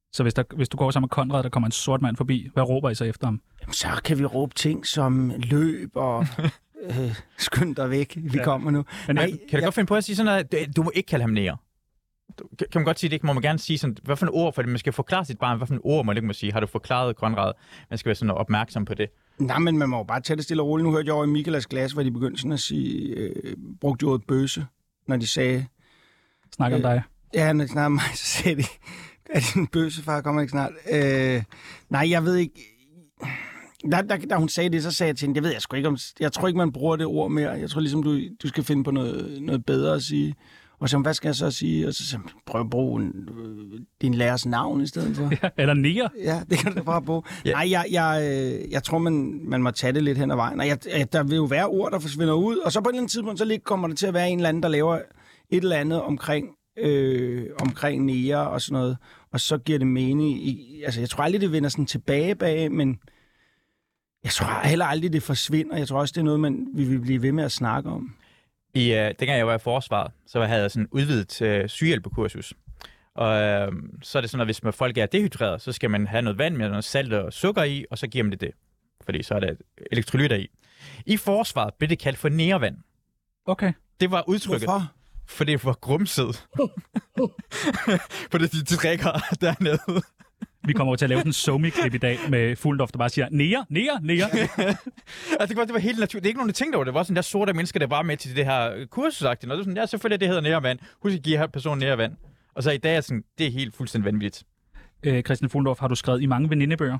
Så hvis, der, hvis du går sammen med Konrad, der kommer en sort mand forbi, hvad råber I så efter ham? Jamen, så kan vi råbe ting som løb og øh, skynd dig væk, vi ja. kommer nu. Men Nej, jeg, kan du jeg... godt finde på at sige sådan noget, du, du må ikke kalde ham nære? Kan man godt sige det ikke? Må man gerne sige sådan, hvad for en ord, for man skal forklare sit barn, hvad for en ord man ikke må sige. Har du forklaret, Konrad? Man skal være sådan opmærksom på det. Nej, men man må jo bare tage det stille og roligt. Nu hørte jeg over i Mikaelas Glas, hvor de begyndte sådan at sige, øh, brugte ordet bøsse, når de sagde... Snakker øh, om dig. Ja, når de snakker om mig, så sagde de, at din bøssefar kommer ikke snart. Øh, nej, jeg ved ikke... Da, da, da hun sagde det, så sagde jeg til hende, jeg ved jeg sgu ikke om... Jeg tror ikke, man bruger det ord mere. Jeg tror ligesom, du, du skal finde på noget, noget bedre at sige. Og så hvad skal jeg så sige? Og så sagde jeg, prøv at bruge en, øh, din lærers navn i stedet for. Ja, eller nære. Ja, det kan du bare bruge. Ja. Nej, jeg, jeg, øh, jeg tror, man, man må tage det lidt hen ad vejen. Og jeg, jeg, der vil jo være ord, der forsvinder ud. Og så på et eller andet tidspunkt, så kommer der til at være en eller anden, der laver et eller andet omkring, øh, omkring nære og sådan noget. Og så giver det mening. I, altså, jeg tror aldrig, det vender sådan tilbage bag, men jeg tror heller aldrig, det forsvinder. Jeg tror også, det er noget, man, vi vil blive ved med at snakke om. I, øh, dengang jeg var i forsvaret, så havde jeg sådan en udvidet øh, sygehjælpekursus. Og øh, så er det sådan, at hvis man, folk er dehydreret, så skal man have noget vand med noget salt og sukker i, og så giver man det det. Fordi så er der elektrolytter i. I forsvaret blev det kaldt for nærvand. Okay. Det var udtrykket. Hvorfor? For det var grumset. For det de drikker dernede. Vi kommer over til at lave den somi-klip i dag med Fuglendorf, der bare siger, nære, nære, nære. Altså, det var, det var helt naturligt. Det er ikke nogen, der tænkte over det. Det var sådan der sorte mennesker, der var med til det her kursusagtigt. Og det var sådan, ja, selvfølgelig, det hedder nærvand. Husk at give her personen nærvand. Og så i dag er sådan, det er helt fuldstændig vanvittigt. Øh, Christian Fuglendorf, har du skrevet i mange venindebøger?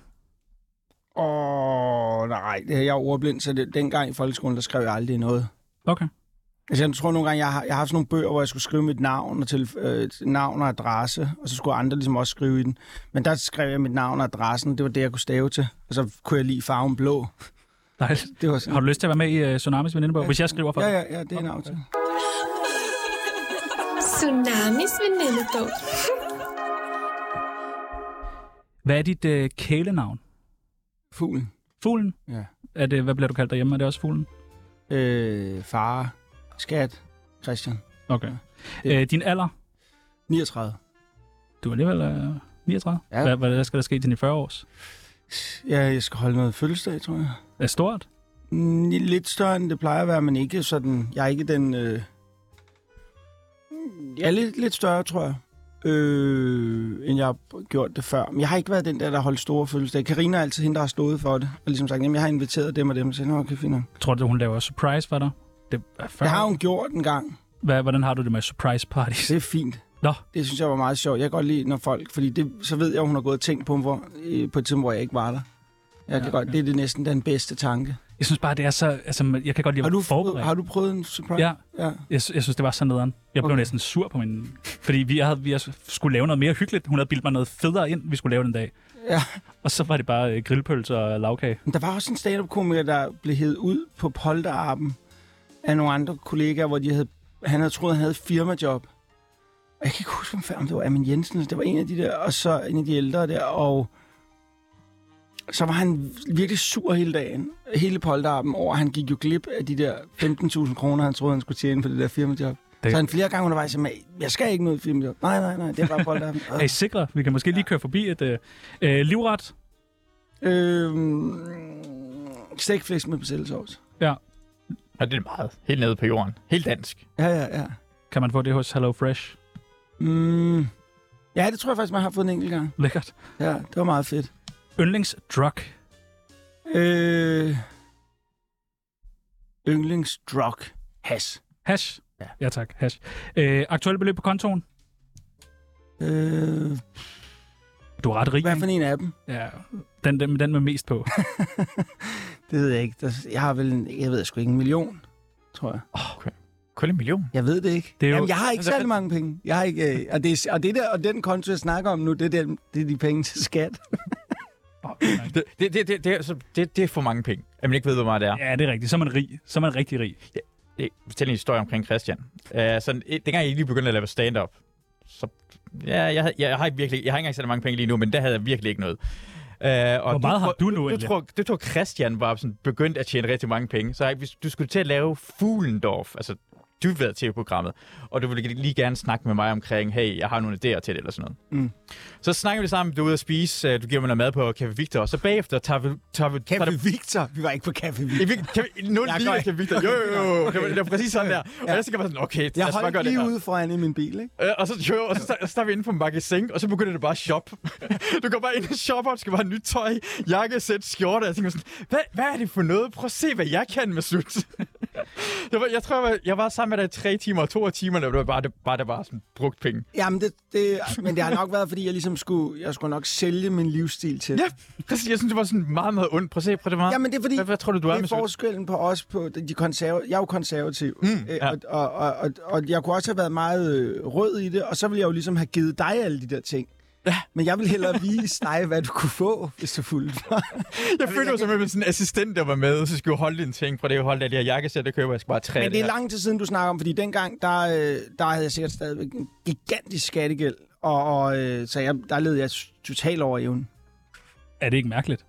Åh, oh, nej, det er jeg ordblind, så det, dengang i folkeskolen, der skrev jeg aldrig noget. Okay. Altså, jeg tror nogle gange, jeg har, jeg har haft sådan nogle bøger, hvor jeg skulle skrive mit navn og, til, øh, navn og adresse, og så skulle andre ligesom også skrive i den. Men der skrev jeg mit navn og adressen, det var det, jeg kunne stave til. Og så kunne jeg lide farven blå. Dejligt. Det var sådan. Har du lyst til at være med i uh, Tsunamis venindebog, ja, hvis jeg skriver for ja, dig? Ja, ja, det er en aftale. Tsunamis venindebog. Hvad er dit uh, kælenavn? Fuglen. Fuglen? Ja. Er det, hvad bliver du kaldt derhjemme? Er det også Fuglen? Øh, far, skat, Christian. Okay. Ja. Øh, din alder? niogtredive. Du er alligevel uh, niogtredive? Ja. Hvad, hvad skal der ske til dine fyrre års? Ja, jeg skal holde noget fødselsdag, tror jeg. Er det stort? Mm, lidt større, end det plejer at være, men ikke sådan... Jeg er ikke den... Øh... Jeg er lidt, lidt større, tror jeg, øh, end jeg har gjort det før. Men jeg har ikke været den der, der holdt store fødselsdag. Karina er altid hende, der har stået for det. Og ligesom sagt, jamen, jeg har inviteret dem og dem. Så jeg okay, fint nok. Tror du, hun laver surprise for dig? Det er fyrre. Det har hun gjort en gang. Hvad, hvordan har du det med surprise parties? Det er fint. Nå. Det synes jeg var meget sjovt. Jeg kan godt lide, når folk... Fordi det, så ved jeg, at hun har gået og tænkt på, hvor, på et tidspunkt, hvor jeg ikke var der. Jeg kan ja, godt, okay. Det er det næsten den bedste tanke. Jeg synes bare, det er så... Altså, jeg kan godt lide har du, at forberede. Har du prøvet en surprise? Ja. ja. Jeg, jeg synes, det var så nederen. Jeg blev okay. næsten sur på min... Fordi vi, havde, vi skulle lave noget mere hyggeligt. Hun havde bildt mig noget federe ind, vi skulle lave den dag. Ja. Og så var det bare uh, grillpølse og lavkage. Men der var også en stand-up-komiker, der blev hævet ud på polterappen af nogle andre kollegaer, hvor de havde, han havde troet, han havde et firmajob. Og jeg kan ikke huske, om det var Amin Jensen. Det var en af de der, og så en af de ældre der, og så var han virkelig sur hele dagen, hele polterappen over. Han gik jo glip af de der femten tusind kroner, han troede, han skulle tjene på det der firmajob. Det... Så han flere gange undervejs sagde, jeg skal ikke noget firmajob. Nej, nej, nej, det er bare polterappen. Er I sikre? Vi kan måske lige køre forbi et uh, uh, livret. Øhm, Stegflæsk med persillesovs. Ja. Ja, det er meget. Helt nede på jorden. Helt dansk. Ja, ja, ja. Kan man få det hos Hello Fresh? Mm. Ja, det tror jeg faktisk, man har fået en enkelt gang. Lækkert. Ja, det var meget fedt. Yndlingsdrug? Øh... Yndlingsdrug. Hash. Hash? Ja. Ja, tak. Hash. Øh, aktuelle beløb på kontoen? Øh... Du er ret rig. Hvad for en af dem? Ja, den, den, den med mest på. Det ved jeg ikke. Jeg har vel en, jeg ved sgu ikke, en million, tror jeg. Oh, okay. Kun en million? Jeg ved det ikke. Det er jo... Jamen, jeg har ikke særlig mange penge. Jeg har ikke, og, det er, og, det der, og den konto, jeg snakker om nu, det er, den, det er de penge til skat. det, det, det, det, det, er, det, det er for mange penge, at man ikke ved, hvor meget det er. Ja, det er rigtigt. Så er man rig. Så er man rigtig rig. Ja, jeg fortæller en historie omkring Christian. Uh, sådan, dengang jeg lige begyndte at lave stand-up, så ja, jeg, jeg, jeg, har ikke virkelig, jeg har ikke engang så mange penge lige nu, men der havde jeg virkelig ikke noget. Uh, og Hvor meget du, har du nu? Du, du, tror, du tror, Christian var sådan begyndt at tjene rigtig mange penge. Så hvis du skulle til at lave Fuglendorf, altså dybværet tv-programmet, og du vil lige gerne snakke med mig omkring, hey, jeg har nogle idéer til det, eller sådan noget. Mm. Så snakker vi sammen, du er ude at spise, du giver mig noget mad på Café Victor, og så bagefter tager vi... Tager vi Café tager Victor? Vi var ikke på Café Victor. Kan vi, nu lige Café Victor. Jo, jo, jo. Det er præcis sådan der. Og ja. jeg tænker bare sådan, okay, jeg holdt lige ude foran i min bil, ikke? Øh, og så, jo, og så, så står vi inde på magasin, og så begynder det bare at shoppe. Du går bare ind og shopper, og skal bare have nyt tøj, jakkesæt, skjorte, og jeg tænker sådan, hvad, hvad er det for noget? Prøv at se, hvad jeg kan med slut. jeg, var, jeg tror, jeg var, jeg var sammen med dig i tre timer, og to af timerne, og det var bare, det, bare, det var sådan brugt penge. Jamen, det, det, men det har nok været, fordi jeg ligesom skulle, jeg skulle nok sælge min livsstil til. Ja, præcis. Jeg synes, det var sådan meget, meget ondt. Prøv at se, prøv det meget. Jamen, det er fordi, hvad, hvad tror du, du er det med er forskellen på os, på de konserv... jeg er jo konservativ, mm, ja. og, og, og, og, og jeg kunne også have været meget øh, rød i det, og så ville jeg jo ligesom have givet dig alle de der ting. Ja. Men jeg vil hellere vise dig, hvad du kunne få, hvis du fulgte mig. Jeg følte jo som en sådan assistent, der var med, så skulle jeg holde dine ting. Prøv det at holde det her jakkesæt, der køber jeg skal bare træ. Men det er lang tid siden, du snakker om, fordi dengang, der, der havde jeg sikkert stadigvæk en gigantisk skattegæld, og, og så jeg, der led jeg totalt over evnen. Er det ikke mærkeligt?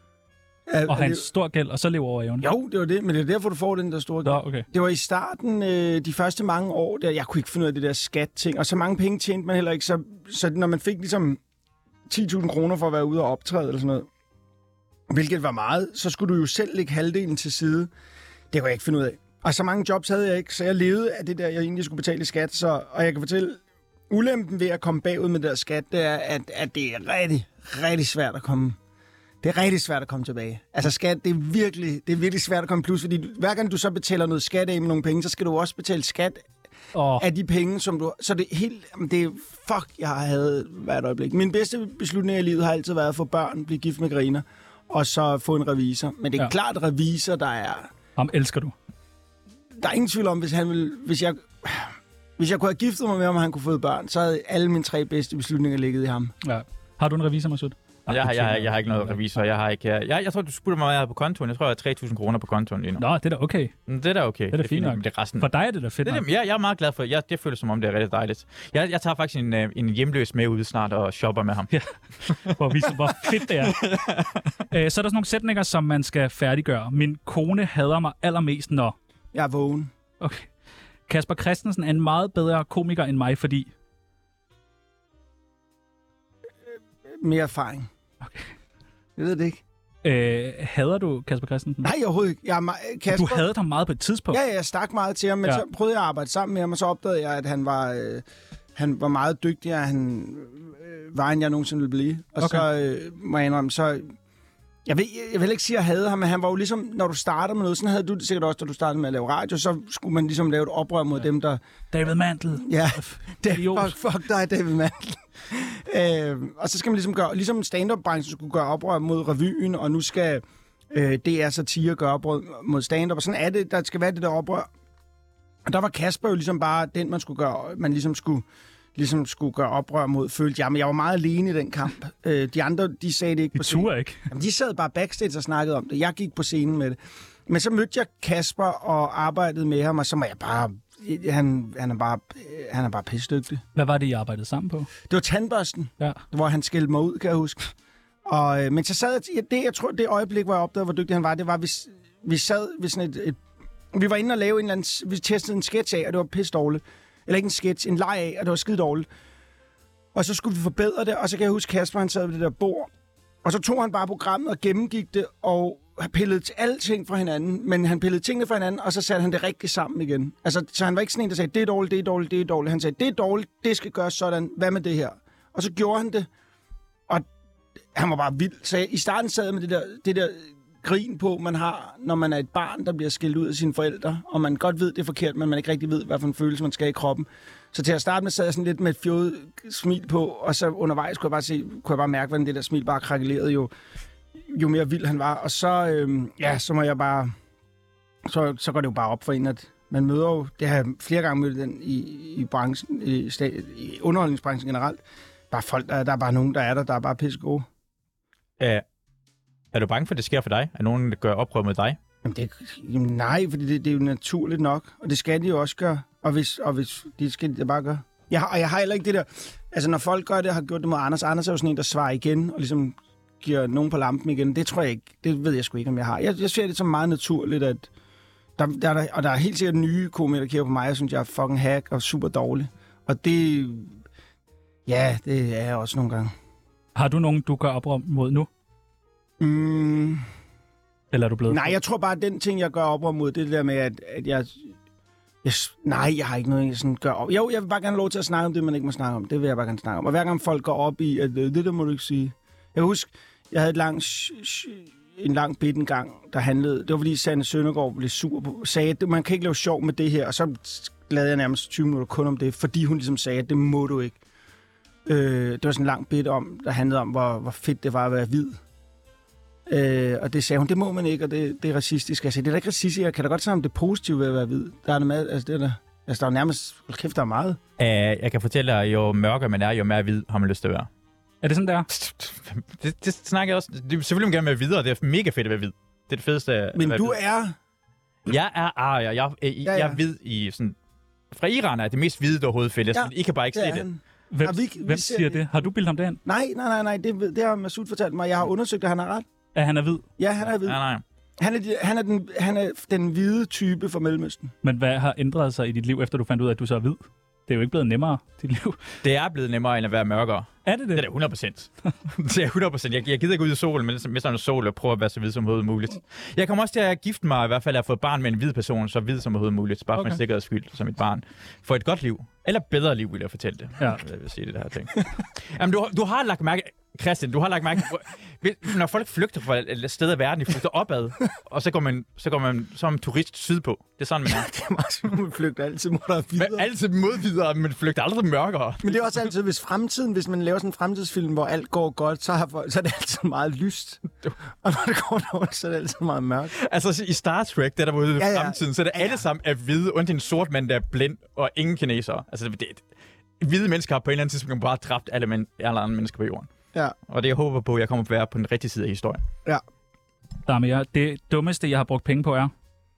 Er, og have en stor gæld, og så leve over evnen? Jo, det var det, men det er derfor, du får den der store gæld. Nå, okay. Det var i starten, øh, de første mange år, der jeg kunne ikke finde ud af det der skat-ting, og så mange penge tjente man heller ikke, så, så når man fik ligesom ti tusind kroner for at være ude og optræde eller sådan noget, hvilket var meget, så skulle du jo selv lægge halvdelen til side. Det kunne jeg ikke finde ud af. Og så mange jobs havde jeg ikke, så jeg levede af det der, jeg egentlig skulle betale i skat. Så, og jeg kan fortælle, ulempen ved at komme bagud med det der skat, det er, at, at det er rigtig, rigtig svært at komme. Det er rigtig svært at komme tilbage. Altså skat, det er virkelig, det er virkelig svært at komme plus, fordi hver gang du så betaler noget skat af med nogle penge, så skal du også betale skat oh. af de penge, som du... Så det er helt... Det er... Fuck, jeg har havde hvert øjeblik. Min bedste beslutning i livet har altid været at få børn, blive gift med Karina, og så få en revisor. Men det er ja. klart, revisor, der er... Ham elsker du? Der er ingen tvivl om, hvis han vil... Hvis jeg... Hvis jeg kunne have giftet mig med ham, og han kunne få børn, så havde alle mine tre bedste beslutninger ligget i ham. Ja. Har du en revisor, Masud? Jeg, jeg, jeg, jeg har ikke noget revisor. Jeg har ikke... Jeg, jeg tror, du spurgte mig, hvad jeg har på kontoen. Jeg tror, jeg har tre tusind kroner på kontoen lige nu. Nå, det er da okay. Det er da okay. Det er da fint nok. Det er resten. For dig er det da fedt det er, nok. Ja, jeg er meget glad for. Jeg, det føles som om, det er rigtig dejligt. Jeg, jeg tager faktisk en, en hjemløs med ud snart og shopper med ham. Ja, hvor vi hvor fedt det er. Æ, så er der sådan nogle sætninger, som man skal færdiggøre. Min kone hader mig allermest, når... Jeg er vågen. Okay. Kasper Christensen er en meget bedre komiker end mig, fordi... Mere erfaring. Okay. Jeg ved det ikke. Øh, hader du Kasper Christensen? Nej, overhovedet ikke. Jeg er Kasper... Du hadede ham meget på et tidspunkt. Ja, jeg stak meget til ham, men ja. så prøvede jeg at arbejde sammen med ham, og så opdagede jeg, at han var, øh, han var meget dygtigere, han øh, var, end jeg nogensinde ville blive. Og okay. så øh, må jeg indrømme, så... Jeg vil, jeg vil ikke sige, at jeg havde ham, men han var jo ligesom, når du starter med noget, sådan havde du det sikkert også, da du startede med at lave radio, så skulle man ligesom lave et oprør mod ja. dem, der... David Mantel. Ja, det, fuck, fuck dig, David Mantel. øh, og så skal man ligesom gøre, ligesom stand-up-branchen skulle gøre oprør mod revyen, og nu skal øh, D R Satire gøre oprør mod stand-up, og sådan er det, der skal være det der oprør. Og der var Kasper jo ligesom bare den, man skulle gøre, man ligesom skulle... ligesom skulle gøre oprør mod, følte jeg. Men jeg var meget alene i den kamp. Øh, de andre, de sagde det ikke på scenen. Ikke. Jamen, de sad bare backstage og snakkede om det. Jeg gik på scenen med det. Men så mødte jeg Kasper og arbejdede med ham, og så må jeg bare... Han, han er bare, han er bare pissedygtig. Hvad var det, I arbejdede sammen på? Det var tandbørsten, ja. hvor han skældte mig ud, kan jeg huske. Og, men så sad jeg... Det, jeg tror, det øjeblik, hvor jeg opdagede, hvor dygtig han var, det var, hvis vi sad ved sådan et, et... Vi var inde og lave en eller anden... Vi testede en sketch af, og det var pisse dårligt. Eller ikke en sketch, en leg af, og det var skide dårligt. Og så skulle vi forbedre det, og så kan jeg huske, Kasper, han sad ved det der bord, og så tog han bare programmet og gennemgik det, og pillede til alle ting fra hinanden, men han pillede tingene fra hinanden, og så satte han det rigtigt sammen igen. Altså, så han var ikke sådan en, der sagde, det er dårligt, det er dårligt, det er dårligt. Han sagde, det er dårligt, det skal gøres sådan, hvad med det her? Og så gjorde han det, og han var bare vild. Så jeg, i starten sad jeg med det der, det der grin på, man har, når man er et barn, der bliver skilt ud af sine forældre, og man godt ved, det er forkert, men man ikke rigtig ved, hvad for en følelse man skal i kroppen. Så til at starte med, sad jeg sådan lidt med et fjodet smil på, og så undervejs kunne jeg bare se, kunne jeg bare mærke, hvordan det der smil bare krakkelerede, jo, jo mere vild han var. Og så, øhm, ja, så må jeg bare, så, så går det jo bare op for en, at man møder jo, det har jeg flere gange mødt den i, i branchen, i, i underholdningsbranchen generelt, bare folk, der, der er bare nogen, der er der, der er bare pisse gode. Ja. Er du bange for, at det sker for dig? Er nogen, der gør oprør mod dig? Jamen, det, jamen nej, for det, det er jo naturligt nok. Og det skal de jo også gøre. Og hvis, og hvis det skal de bare gøre. Jeg har, og jeg har heller ikke det der... Altså, når folk gør det, har gjort det mod Anders. Anders er jo sådan en, der svarer igen, og ligesom giver nogen på lampen igen. Det tror jeg ikke. Det ved jeg sgu ikke, om jeg har. Jeg, jeg ser det som meget naturligt, at Der, der, der, og der er helt sikkert nye komikere, der kigger på mig, jeg synes, jeg er fucking hack og super dårlig. Og det... Ja, det er jeg også nogle gange. Har du nogen, du gør oprør mod nu? Mm, Eller er du blevet... nej, jeg tror bare, at den ting, jeg gør oprør mod, det er det der med, at, at jeg... Jeg, nej, jeg har ikke noget, jeg sådan gør op. Jo, jeg vil bare gerne have lov til at snakke om det, man ikke må snakke om. Det vil jeg bare gerne snakke om. Og hver gang folk går op i, at det der må du ikke sige. Jeg kan huske, jeg havde et lang, en lang bit en gang, der handlede... Det var fordi Sanne Søndergaard blev sur på, sagde, at man kan ikke lave sjov med det her. Og så lavede jeg nærmest tyve minutter kun om det, fordi hun ligesom sagde, at det må du ikke. Øh, det var sådan en lang bit om, der handlede om, hvor, hvor fedt det var at være hvid. Øh, og det sagde hun, det må man ikke, og det, det er racistisk. Jeg sagde, det er da ikke racistisk, jeg kan da godt sige om det positive ved at være hvid. Der er det med, altså det er der, altså der er nærmest, hold kæft, der er meget. Uh, jeg kan fortælle dig, jo mørkere man er, jo mere hvid har man lyst til at være. Er det sådan, der? Det, det snakker jeg også. Det er selvfølgelig gerne være videre, det er mega fedt at være hvid. Det er det fedeste. Men du er... Jeg er arier, jeg, jeg, jeg, ja, ja. jeg er hvid i sådan... Fra Iran er det mest hvide, der overhovedet findes. Ja, I kan bare ikke se det. Han. Hvem, Ja, vi- vi hvem ser siger det. det? Har du bildet ham derind? Nej, nej, nej, nej, det, det har Masud fortalt mig. Jeg har undersøgt, at han har ret. At han er hvid? Ja, han er hvid. Nej, nej. Han er, de- han er, den, han er den hvide type fra Mellemøsten. Men hvad har ændret sig i dit liv, efter du fandt ud af, at du så er hvid? Det er jo ikke blevet nemmere, dit liv. Det er blevet nemmere, end at være mørkere. Er det det? Det er da hundrede procent. Det er hundrede procent. Jeg, jeg gider ikke ud i solen, men hvis der er sol, og prøve at være så hvid som overhovedet muligt. Jeg kommer også til at gifte mig, i hvert fald at få et barn med en hvid person, så hvid som overhovedet muligt. Bare okay. For en sikkerheds skyld, som et barn. For et godt liv. Eller bedre liv, vil jeg fortælle det. Ja. Jeg vil sige det, det her ting. Jamen, du, du har lagt mærke... Christian, du har lagt mærke... Når folk flygter fra et sted af verden, de flygter opad, og så går man, så går man som turist sydpå. Det er sådan, man er. Det er meget sådan, man flygter altid mod der videre. Men altid modvidere, men flygter aldrig mørkere. Men det er også altid, hvis fremtiden, hvis man laver sådan en fremtidsfilm, hvor alt går godt, så, har, så er det altid meget lyst. Og når det går dårligt, så er det altid meget mørkt. Altså i Star Trek, der der var ude i Ja, ja. fremtiden, så er det Ja, ja. alle sammen er hvide, undtagen en sort mand, der er blind, og ingen kinesere. Altså det, det, hvide mennesker har på en eller anden tidspunkt bare dræbt alle, men, alle andre mennesker på jorden. Ja. Og det jeg håber på, at jeg kommer til at være på den rigtige side af historien. Ja. Der er mere. Det dummeste, jeg har brugt penge på, er...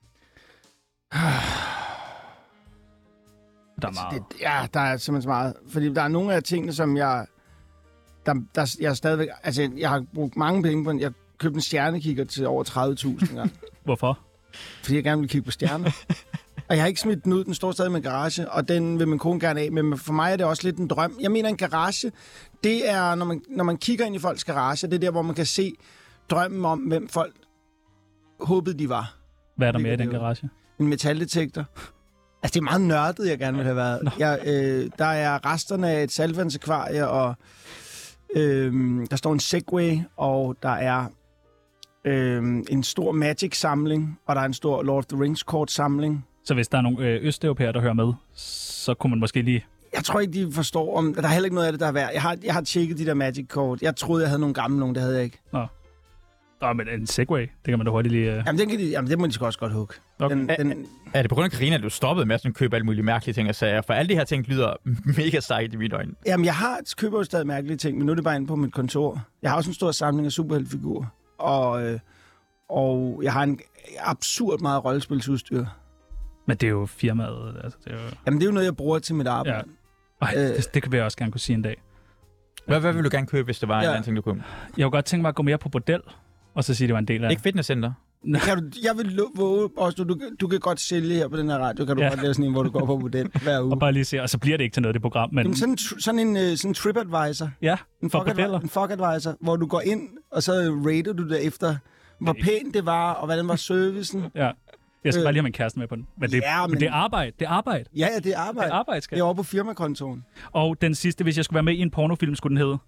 Der er meget. Det, ja, der er simpelthen så meget. Fordi der er nogle af tingene, som jeg... Der, der, jeg stadigvæk... Altså, jeg har brugt mange penge på den. Jeg købte en stjernekigger til over tredive tusind gange. Hvorfor? Fordi jeg gerne vil kigge på stjerner. Og jeg har ikke smidt den ud. Den står stadig med en garage, og den vil min kone gerne af. Men for mig er det også lidt en drøm. Jeg mener, en garage, det er, når man, når man kigger ind i folks garage, det er der, hvor man kan se drømmen om, hvem folk håbede, de var. Hvad er der Det mere i kan den det jo. garage? En metaldetektor. Altså, det er meget nørdet, jeg gerne vil have været. Jeg, øh, der er resterne af et saltvandsakvarie, og øh, der står en Segway, og der er øh, en stor Magic-samling, og der er en stor Lord of the Rings-kort-samling. Så hvis der er nogle øh, østeuropæere, der hører med, så kunne man måske lige... Jeg tror ikke, de forstår, om der er heller ikke noget af det, der er værd. Jeg har, jeg har tjekket de der Magic-kort. Jeg troede, jeg havde nogle gamle nogle, det havde jeg ikke. Nå, men en Segway, det kan man da hurtigt lige... Øh... Jamen, den kan de, jamen det må de sgu også godt hugge. Okay. Den, den, Er det på grund af Carina, at du stoppede med at sådan købe alle mulige mærkelige ting og sager? For alle de her ting lyder mega sejt i mine øjne. jamen, jeg har køber jo stadig mærkelige ting, men nu er det bare inde på mit kontor. Jeg har også en stor samling af superheltfigurer. Og, øh, og jeg har en absurd meget rollespilsudstyr. Men det er jo firmaet, altså det er jo... Jamen, det er jo noget, jeg bruger til mit arbejde. Ej, Øh. det, det kan vi også gerne kunne sige en dag. Hvad, hvad vil du gerne købe, hvis det var ja. en Ja. anden ting, du kunne? Jeg kunne godt tænke mig at gå mere på bordel, og så sige, at det var en del af... Ikke fitnesscenter. Ja. Kan du, jeg vil lo- våge, også, du, du kan godt sælge her på den her radio. Kan du Ja. ja. godt lave sådan en, hvor du går på model hver uge. Og bare lige se, og så bliver det ikke til noget, det program, men... Jamen, sådan, en tr- sådan en uh, sådan en TripAdvisor. Ja, En for fuck, bordeller. advi- en fuck advisor, hvor du går ind, og så rater du det efter, hvor pænt det var, og hvordan var servicen. Ja. Jeg skal Øh. bare lige have min kæreste med på den. Men det, Ja, men... men- men det er arbejde. Det er arbejde. Ja, ja, det er Det arbejde. er arbejde, skal. Det er over på firmakontoen. Og den sidste, hvis jeg skulle være med i en pornofilm, skulle den hedde...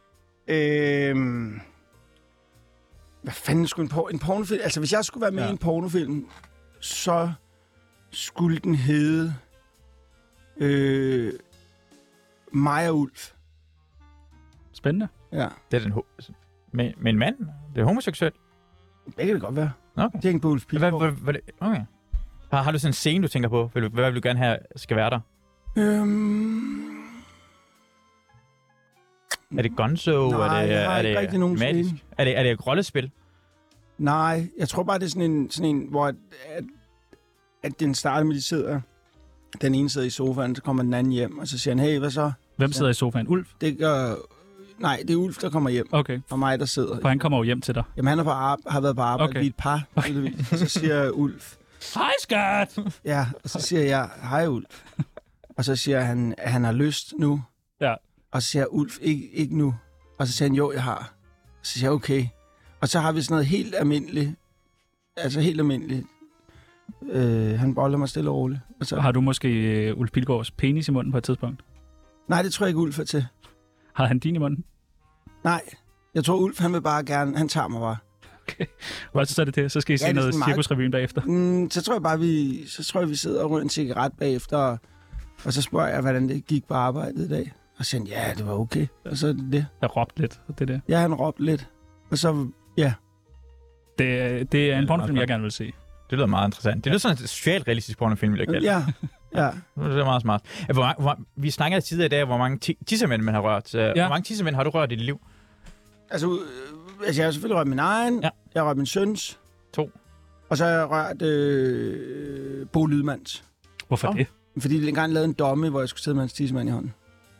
Øhm... Hvad fanden skulle en, por- en pornofilm... Altså, hvis jeg skulle være med Ja. ja. i en pornofilm, så skulle den hedde... Øh... Maja Ulf. Spændende. Ja, Det er den ho- med, med en mand? Det er homoseksuelt? det kan det godt være. Okay. Tænk på Ulf Hvad, Pilgaard. hvad, hvad, okay. Har, har du sådan en scene, du tænker på? Vil du, hvad vil du gerne have, skal være der? Øhm... Er det gonzo? Nej, er det, jeg har er ikke det rigtig nogen magisk? scene. Er det, er det et rollespil? Nej, jeg tror bare, det er sådan en, sådan en hvor at, at, at den starter med, de sidder... Den ene sidder i sofaen, så kommer den anden hjem, og så siger han, hey, hvad så? Hvem sidder i sofaen? Ulf? Det gør... Nej, det er Ulf, der kommer hjem, Okay. og mig, der sidder. For han kommer jo hjem til dig. Jamen, han er på ar- har været på arbejde, Okay. okay. Vi er et par, tydeligvis. Og så siger Ulf, Hej, skat! Ja, og så siger jeg, hej Ulf. Og så siger han, at han har lyst nu. Ja. Og så siger jeg, Ulf, ikke, ikke nu. Og så siger han, jo, jeg har. Så siger jeg, okay. Og så har vi sådan noget helt almindeligt. Altså helt almindeligt. Øh, han boller mig stille og roligt. Og så... Har du måske uh, Ulf Pilgaards penis i munden på et tidspunkt? Nej, det tror jeg ikke, Ulf er til. Har han din i munden? Nej. Jeg tror, Ulf, han vil bare gerne... Han tager mig bare. Okay. Hvad så er det til? Så skal I se ja, noget meget... cirkusrevyen bagefter. Mm, så tror jeg bare, vi, så tror jeg, vi sidder og ryger en cigaret bagefter. Og, og så spørger jeg, hvordan det gik på arbejdet i dag. Og så siger han, ja, det var okay. Og så er det det. Jeg råbte lidt. Det der. Ja, han råbte lidt. Og så, ja. Det, det er en pornofilm, jeg gerne vil se. Det lyder meget interessant. Det lyder sådan en socialt realistisk pornofilm, vil jeg kalde. Ja, ja. Det er meget smart. Hvor, hvor, vi snakker tidligere i dag, hvor mange ti- tissemænd man har rørt. Ja. Hvor mange tissemænd har du rørt i dit liv? Altså, øh, altså jeg har selvfølgelig rørt min egen. Ja. Jeg har rørt min søns. To. Og så har jeg rørt øh, Bo Lydmans. Hvorfor oh. det? Fordi det engang lavede en domme, hvor jeg skulle sidde med hans tissemand i hånden.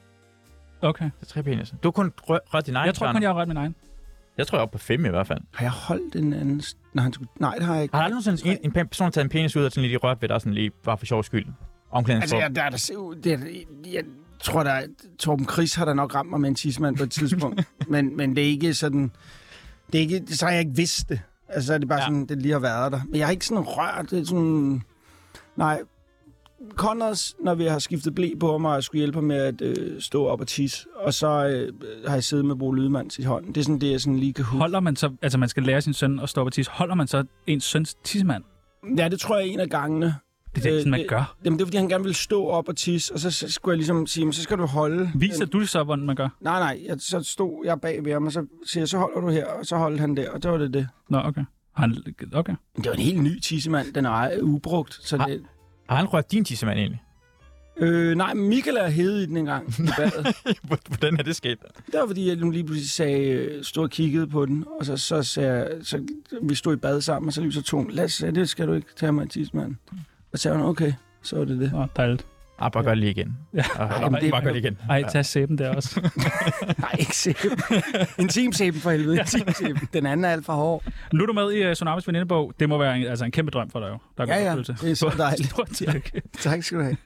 Okay. Det er tre penis. Du har kun rørt, rørt din egen. Jeg tror kun, jeg har rørt min egen. Jeg tror, jeg er oppe på fem i hvert fald. Har jeg holdt en anden... Når han skulle... Nej, det har jeg ikke. Har der aldrig nogensinde en, en person taget en penis ud og sådan lige rørt ved dig, sådan lige bare for sjov skyld? Altså, jeg, der, der, det, jeg, jeg tror, der Torben Chris har der nok ramt mig med en tissemand på et tidspunkt. men, men det er ikke sådan... Det er ikke... Så har jeg ikke vidst det. Altså, det er bare ja. sådan, det lige har været der. Men jeg har ikke sådan rørt. Det er sådan... Nej... Conrads, når vi har skiftet blæ på mig, og skulle hjælpe ham med at øh, stå op og tisse. Og så øh, har jeg siddet med Bo Lydmans i hånden. Det er sådan det, jeg sådan lige kan huske. Holder man så... Altså, man skal lære sin søn at stå op og tisse. Holder man så ens søns tissemand? Ja, det tror jeg er en af gangene. Det er det, sådan man gør. Jamen, det er, fordi han gerne vil stå op og tisse, og så, så skulle jeg ligesom sige, men så skal du holde... Viser du det så, hvordan man gør? Nej, nej, jeg, så stod jeg bag ved ham, og så siger jeg, så holder du her, og så holdt han der, og det var det det. Nå, okay. Han, okay. Men det var en helt ny tissemand, den er ubrugt, så har, det... Har han rørt din tissemand egentlig? Øh, nej, Michael er hede i den engang i badet. Hvordan er det sket? Det var, fordi jeg lige pludselig sagde, stod og kiggede på den, og så, så sagde jeg, så vi stod i bad sammen, og så lige så tog Lasse, det skal du ikke tage mig en tissemand. Og så sagde hun, okay, så var det det. Åh, dejligt. Ah, bare gør det lige igen. Ja. Ah, Jamen, det bare gør det igen. Ej, tag sæben der også. Nej, ikke sæben. Intimsæben for helvede. Intimsæben. Den anden er alt for hård. Nu er du med i uh, Tsunamis venindebog. Det må være en, altså en kæmpe drøm for dig jo. Der ja, ja, det er så dejligt. tak. Tak skal du have.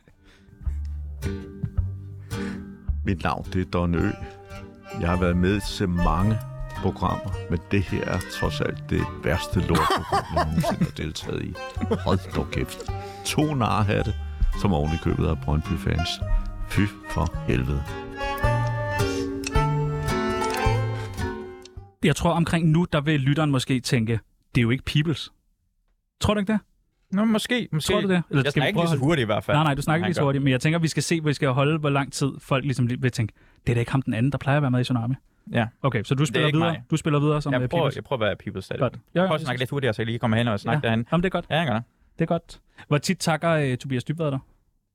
Mit navn det er Don Ø. Jeg har været med til mange programmer, men det her er trods alt det værste lortprogram, jeg nogensinde har deltaget i. Hold dog kæft. To narhatte, som oven i købet af Brøndby-fans. Fy for helvede. Jeg tror omkring nu, der vil lytteren måske tænke, det er jo ikke Peoples. Tror du ikke det? Nå, måske. måske. Tror du det? Eller jeg snakker ikke lige så hurtigt i hvert fald. Nej, nej, du snakker ikke lige så hurtigt, men jeg tænker, vi skal se, hvor vi skal holde, hvor lang tid folk ligesom vil tænke, det er da ikke ham den anden, der plejer at være med i Tsunami. Ja. Okay, så du spiller videre. Mig. Du spiller videre som jeg prøver, Peoples. Jeg prøver at være Peoples stadig. Godt. Ja, jeg prøver at snakke lidt hurtigere, så jeg lige kommer hen og snakke ja. derhen. Jamen, det er godt. Ja, jeg gør det. Det er godt. Hvor tit takker uh, Tobias Dybvad dig?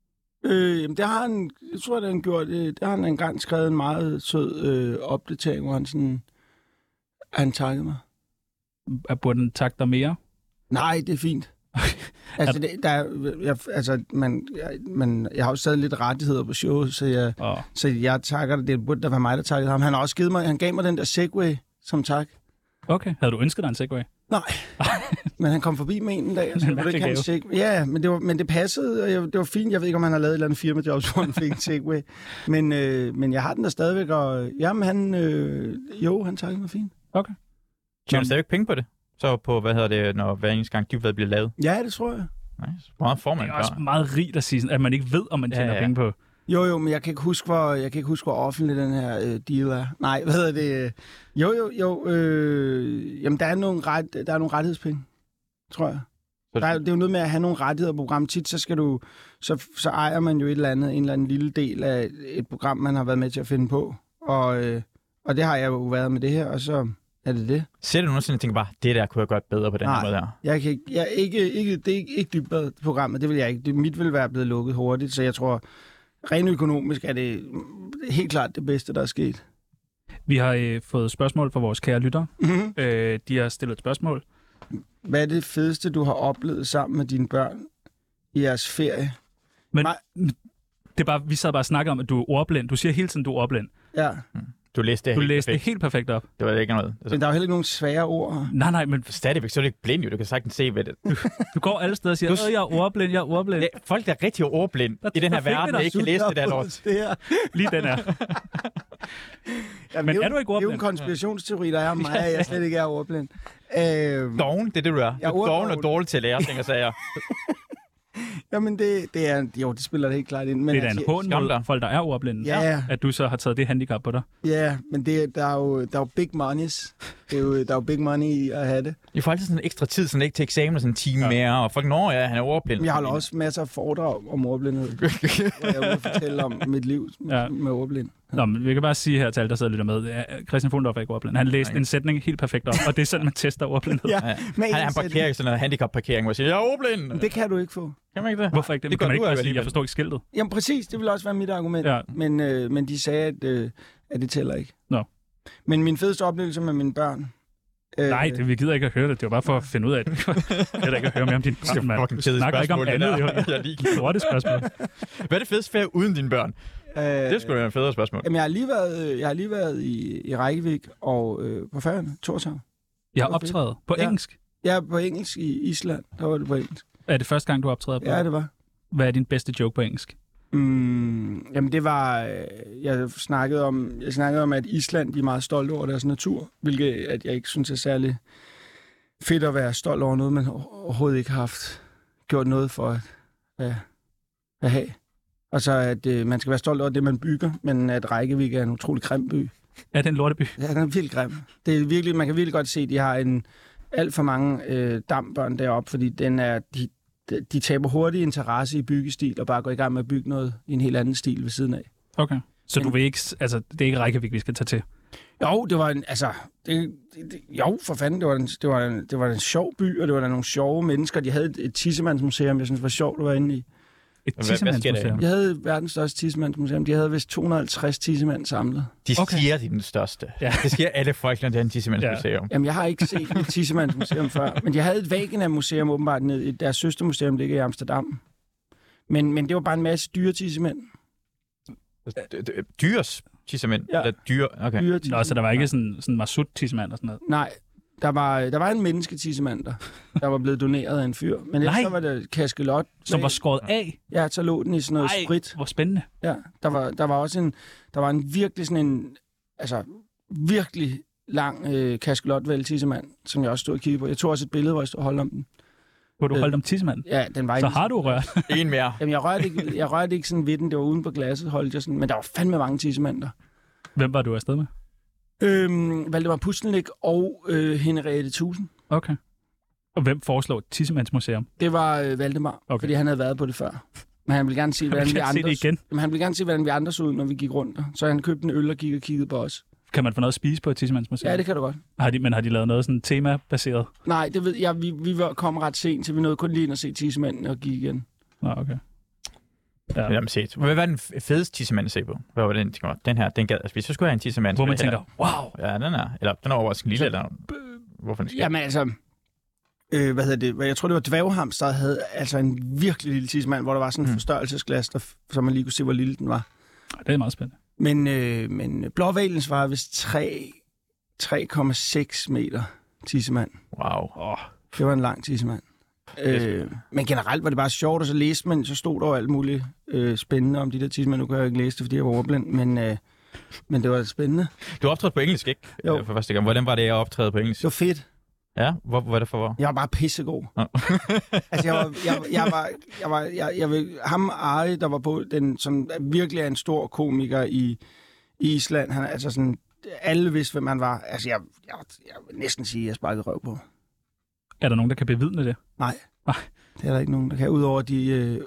Øh, jamen, det har han, jeg tror, det han gjort, det har han engang skrevet en meget sød øh, opdatering, hvor han sådan, han takkede mig. Burde den takke dig mere? Nej, det er fint. altså, det, der, jeg, altså man, jeg, man, jeg har jo stadig lidt rettigheder på showet, så jeg, oh. så jeg takker det. Det burde da være mig, der takkede ham. Han har også givet mig, han gav mig den der Segway som tak. Okay. Havde du ønsket dig en Segway? Nej, men han kom forbi med en dag, og så ville ikke have en Segway. Ja, men det, var, men det passede, og jeg, det var fint. Jeg ved ikke, om han har lavet et eller andet firmajobs, hvor han fik en Segway. Men, øh, men jeg har den der stadigvæk, og jamen, han, øh, jo, han takkede mig fint. Okay. Tjener du stadigvæk penge på det? Så på, hvad hedder det, når hver eneste gang Dybvad bliver lavet? Ja, det tror jeg. Nice. Meget får man det er også meget rigt at sige, at man ikke ved, om man tjener ja, ja. penge på. Jo, jo, men jeg kan ikke huske, hvor, jeg kan ikke huske, hvor offentlig den her øh, deal er. Nej, hvad hedder det? Jo, jo, jo. Øh, jamen, der er, nogle ret, der er nogle rettighedspenge, tror jeg. Der er, det er jo noget med at have nogle rettigheder på programmet. Tit, så, skal du, så, så ejer man jo et eller andet, en eller anden lille del af et program, man har været med til at finde på. Og, øh, og det har jeg jo været med det her, og så er det det. Ser du nogensinde og tænker bare, det der kunne jeg godt bedre på den Nej, her måde her? Jeg kan ikke, jeg er ikke, ikke, det er ikke, ikke Dybvad programmet, det vil jeg ikke. Det, mit vil være blevet lukket hurtigt, så jeg tror, rent økonomisk er det helt klart det bedste, der er sket. Vi har øh, fået spørgsmål fra vores kære lyttere. Mm-hmm. Øh, de har stillet et spørgsmål. Hvad er det fedeste, du har oplevet sammen med dine børn i jeres ferie? Men Nej. det er bare, vi sad bare og snakkede om, at du er ordblind. Du siger hele tiden, du er ordblind. Ja. Mm. Du læste det Du helt læste det perfekt. helt perfekt op. Det var ikke noget. Altså, Men der er jo heller ikke nogen svære ord. Nej, nej, men stadigvæk, så er du ikke blind, jo. Du kan sagtens se, hvad det du går alle steder og siger, Du- at jeg er ordblind, jeg er ordblind. er. Folk, der er rigtig ordblind i den her der verden, der ikke kan læse det der lort. Det her. Lige den her. Jamen, Men det er du ikke Det er jo en ordblind? konspirationsteori, der er om mig, at jeg slet ikke er ordblind. Øh, Doven, det er det, du er. Jeg er Du er doven orddoven. og dårlig til at lære ting og sager. jamen, det, det er... Jo, det spiller det helt klart ind. Men Det er da en altså, hån skam mod dig. folk, der er ordblinde. Ja. At du så har taget det handicap på dig. Ja, men det, der, er jo, der er jo big monies. Det er jo, der er jo big money i at have det. I får altid sådan en ekstra tid, sådan ikke til eksamen og sådan en time ja. mere. Og folk, når ja, han er ordblind. Men jeg holder også masser af foredrag om ordblindhed, hvor jeg vil fortælle om mit liv Ja. ja. med ordblind. Nå, men vi kan bare sige her til alle, der sidder og lytter med. Ja, Christian Fuglendorf er ikke ordblind. Han læste Okay. en sætning helt perfekt op, og det er sådan, man tester ordblindhed. Ja, Ja. med Han, han en sætning. parkerer i sådan noget handicap-parkering, hvor jeg siger, jeg er ordblind. Det kan du ikke få. Kan man ikke det? Hvorfor ikke det? Det Det kan gør man ikke du bare jo sige, jeg alligevel. forstår ikke skiltet. Jamen præcis, det vil også være mit argument. Ja. Men, øh, men de sagde, at, øh, at det tæller ikke. Nå. Men min fedeste oplevelse med mine børn... Øh, Nej, det, vi gider ikke at høre det. Det var bare for at finde ud af det. Jeg gider ikke at høre mere om din børn, mand. fucking Du fede snakker ikke om spørgsmål, det andet, der. jo. Jeg er ligeglad. Det var det spørgsmål. Hvad er det fedeste ferie uden dine børn? øh, Det skulle være en federe spørgsmål. Jamen, jeg har lige været, øh, jeg har lige været i, i Reykjavik og øh, på Færøerne, Tórshavn. Jeg har Det var fedt. optrædet på Ja. engelsk. Jeg er på engelsk i Island. Der var det på engelsk. Er det første gang, du optræder på? Ja, det var. Hvad er din bedste joke på engelsk? Mm, jamen det var, øh, jeg snakkede om, jeg snakkede om, at Island de er meget stolte over deres natur, hvilket at jeg ikke synes er særlig fedt at være stolt over noget, man overhovedet ikke har haft gjort noget for at, at, at have. Og så at øh, man skal være stolt over det, man bygger, men at Reykjavik er en utrolig grim by. Er det en lorteby? Ja, den er virkelig grim. Det er virkelig, man kan virkelig godt se, at de har en alt for mange øh, dambørn deroppe, fordi den er, de, de taber hurtigt interesse i byggestil og bare går i gang med at bygge noget i en helt anden stil ved siden af. Okay. Så Men- du vil ikke, altså, det er ikke Reykjavik, vi skal tage til? Jo, det var en, altså, det, det, det, jo, for fanden, det var, en, det, var en, det var en sjov by, og det var der nogle sjove mennesker. De havde et, et tissemandsmuseum, jeg synes, det var sjovt at være inde i. Et Hvad- hvad sker der? tissemandsmuseum? De havde verdens største tissemandsmuseum. De havde vist to hundrede og halvtreds tissemand samlet. De Okay. siger, de er den største. Ja. Det siger alle folk, når det er en tissemandsmuseum. Jamen, jeg har ikke set et tissemandsmuseum før, men de havde et Vagina-museum åbenbart ned. i- Deres søstermuseum ligger i Amsterdam. Men, men det var bare en masse dyre tissemænd. Ja. Dyrs tissemænd? Ja. Eller dyr? Okay. Dyre Nå, tissemænd. så der var ikke sådan, sådan Masud tissemand og sådan noget? Nej, der var, der var en mennesketissemand, der, der var blevet doneret af en fyr. Men ellers Nej. så var det kaskelot. Som var skåret af? Ja, så lå den i sådan noget Ej, sprit. hvor spændende. Ja, der var, der var også en, der var en virkelig sådan en, altså virkelig lang øh, kaskelotvæld tissemand, som jeg også stod og kiggede på. Jeg tog også et billede, hvor jeg stod og holdt om den. Hvor du Øh, holdt om tissemanden? Ja, den var Så ikke... har du rørt. En mere. Jamen, jeg rørte, ikke, jeg rørte ikke sådan ved den, det var uden på glasset, holdt jeg sådan, men der var fandme mange tissemander. Hvem var du afsted med? Øhm, Valdemar Pustelnik og øh, Henriette Tusen. Okay. Og hvem foreslår et tissemandsmuseum? Det var øh, Valdemar, Okay. okay. fordi han havde været på det før. Men han ville gerne se, Jeg hvordan vil vi gerne se andre... det igen. Jamen, han ville gerne se, hvordan vi andre så ud, når vi gik rundt der. Så han købte en øl og gik og kiggede på os. Kan man få noget at spise på et tissemandsmuseum? Ja, det kan du godt. Har de, men har de lavet noget sådan tema-baseret? Nej, det ved jeg. Vi, vi var kom ret sent, så vi nåede kun lige ind og se tissemanden og gik igen. Nå, okay. Ja. Ja. Jamen, set. Hvad var den fedeste tissemand at se på? Hvad var den? Den her, den gad. Altså, hvis jeg skulle have en tissemand... Hvor så man ville jeg tænker, wow, hellere- Ja, den er. Eller den er overraskende lille, eller... Hvorfor den skal? Jamen altså... Øh, hvad hedder det? Jeg tror, det var Dværghamster, der havde altså en virkelig lille tissemand, hvor der var sådan en Mm. forstørrelsesglas, der, så man lige kunne se, hvor lille den var. det er meget spændende. Men, øh, men blåvalens var vist tre komma seks meter tissemand. Wow. Åh, Det var en lang tissemand. Øh, men generelt var det bare sjovt, og så læste man, så stod der jo alt muligt øh, spændende om de der tissemænd. Nu kan jeg jo ikke læse det, fordi jeg var overblind, men, øh, men det var spændende. Du optrådte på engelsk, ikke? Jo. Øh, For første gang. Hvordan var det at optræde på engelsk? Det var fedt. Ja, hvor hvor var det for? Jeg var bare pissegod. Nå. altså, jeg var, jeg, jeg var, jeg var, jeg, jeg vil, ham Ari, der var på, den, som virkelig er en stor komiker i, i Island, han er altså sådan, alle vidste, hvem han var. Altså, jeg, jeg, jeg vil næsten sige, at jeg sparkede røv på. er der nogen, der kan bevidne det? Nej. Nej. Det er der ikke nogen, der kan, udover de øh,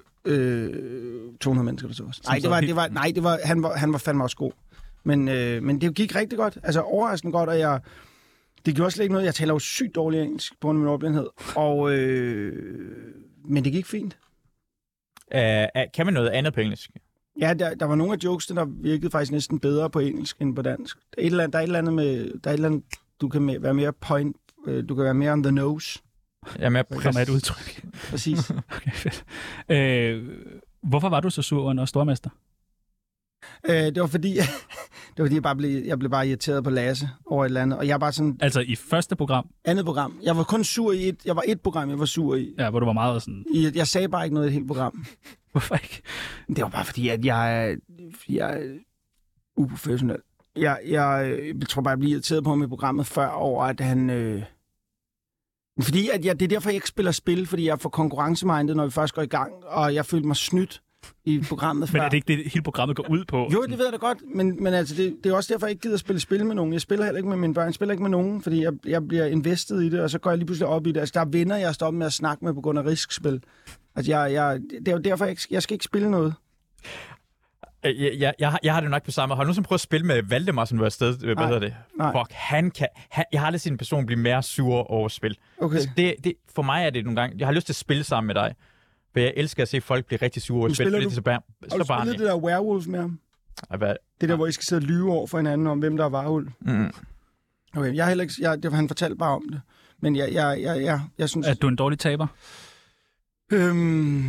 øh, to hundrede mennesker, der så os. Nej, det var, det var, nej, det var, han, var, han var fandme også god. Men, øh, men det gik rigtig godt. Altså, overraskende godt, og jeg... Det gjorde slet ikke noget. Jeg taler jo sygt dårligt engelsk på grund af min ordblindhed. Og, øh, men det gik fint. Uh, kan man noget andet på engelsk? Ja, der, der var nogle af jokesene, der virkede faktisk næsten bedre på engelsk end på dansk. Der er et eller andet, der er et eller andet med... Der er et eller andet, du kan med, være mere point... Øh, du kan være mere on the nose. Ja, med Kom med et udtryk. Præcis. Okay, fedt. Øh, hvorfor var du så sur under stormester? øh, det var fordi... var fordi, jeg, bare blev, jeg blev bare irriteret på Lasse over et eller andet. Og jeg er bare sådan... Altså i første program? Andet program. Jeg var kun sur i et... Jeg var et program, jeg var sur i. Ja, hvor du var meget sådan... I, jeg sagde bare ikke noget i et helt program. Hvorfor ikke? Det var bare fordi, at jeg er... Fordi jeg er uprofessionel. Jeg, jeg, jeg tror bare, jeg bliver irriteret på ham i programmet før over, at han... Øh... Fordi at jeg, det er derfor, jeg ikke spiller spil, fordi jeg får konkurrencemindet, når vi først går i gang, og jeg følte mig snydt i programmet før. Men er det ikke det, hele programmet går ud på? Jo, det ved jeg da godt, men, men altså, det, det er også derfor, jeg ikke gider at spille spil med nogen. Jeg spiller heller ikke med mine børn, jeg spiller ikke med nogen, fordi jeg, jeg bliver investet i det, og så går jeg lige pludselig op i det. Altså, der er venner, jeg står op med at snakke med på grund af riskspil. Altså, jeg, jeg, det er jo derfor, jeg, jeg skal ikke spille noget. Jeg, jeg, jeg, har, jeg har det nok på samme. Har du nogensinde prøvet at spille med Valdemar, som du var afsted? Hvad nej, hedder det? Nej. Fuck, han kan... Han, jeg har aldrig set en person blive mere sur over spil. Okay. Det, det, for mig er det nogle gange... Jeg har lyst til at spille sammen med dig. For jeg elsker at se folk blive rigtig sure over spil. Spiller du? Det så bare, har du spillet det der werewolf med ham? Hvad? Det der, hvor I skal sidde og lyve over for hinanden om, hvem der er varulv? Mm. Okay, jeg har heller ikke... Jeg, det, han fortalte bare om det. Men jeg, jeg, jeg, jeg, jeg synes... Er du en dårlig taber? Øhm...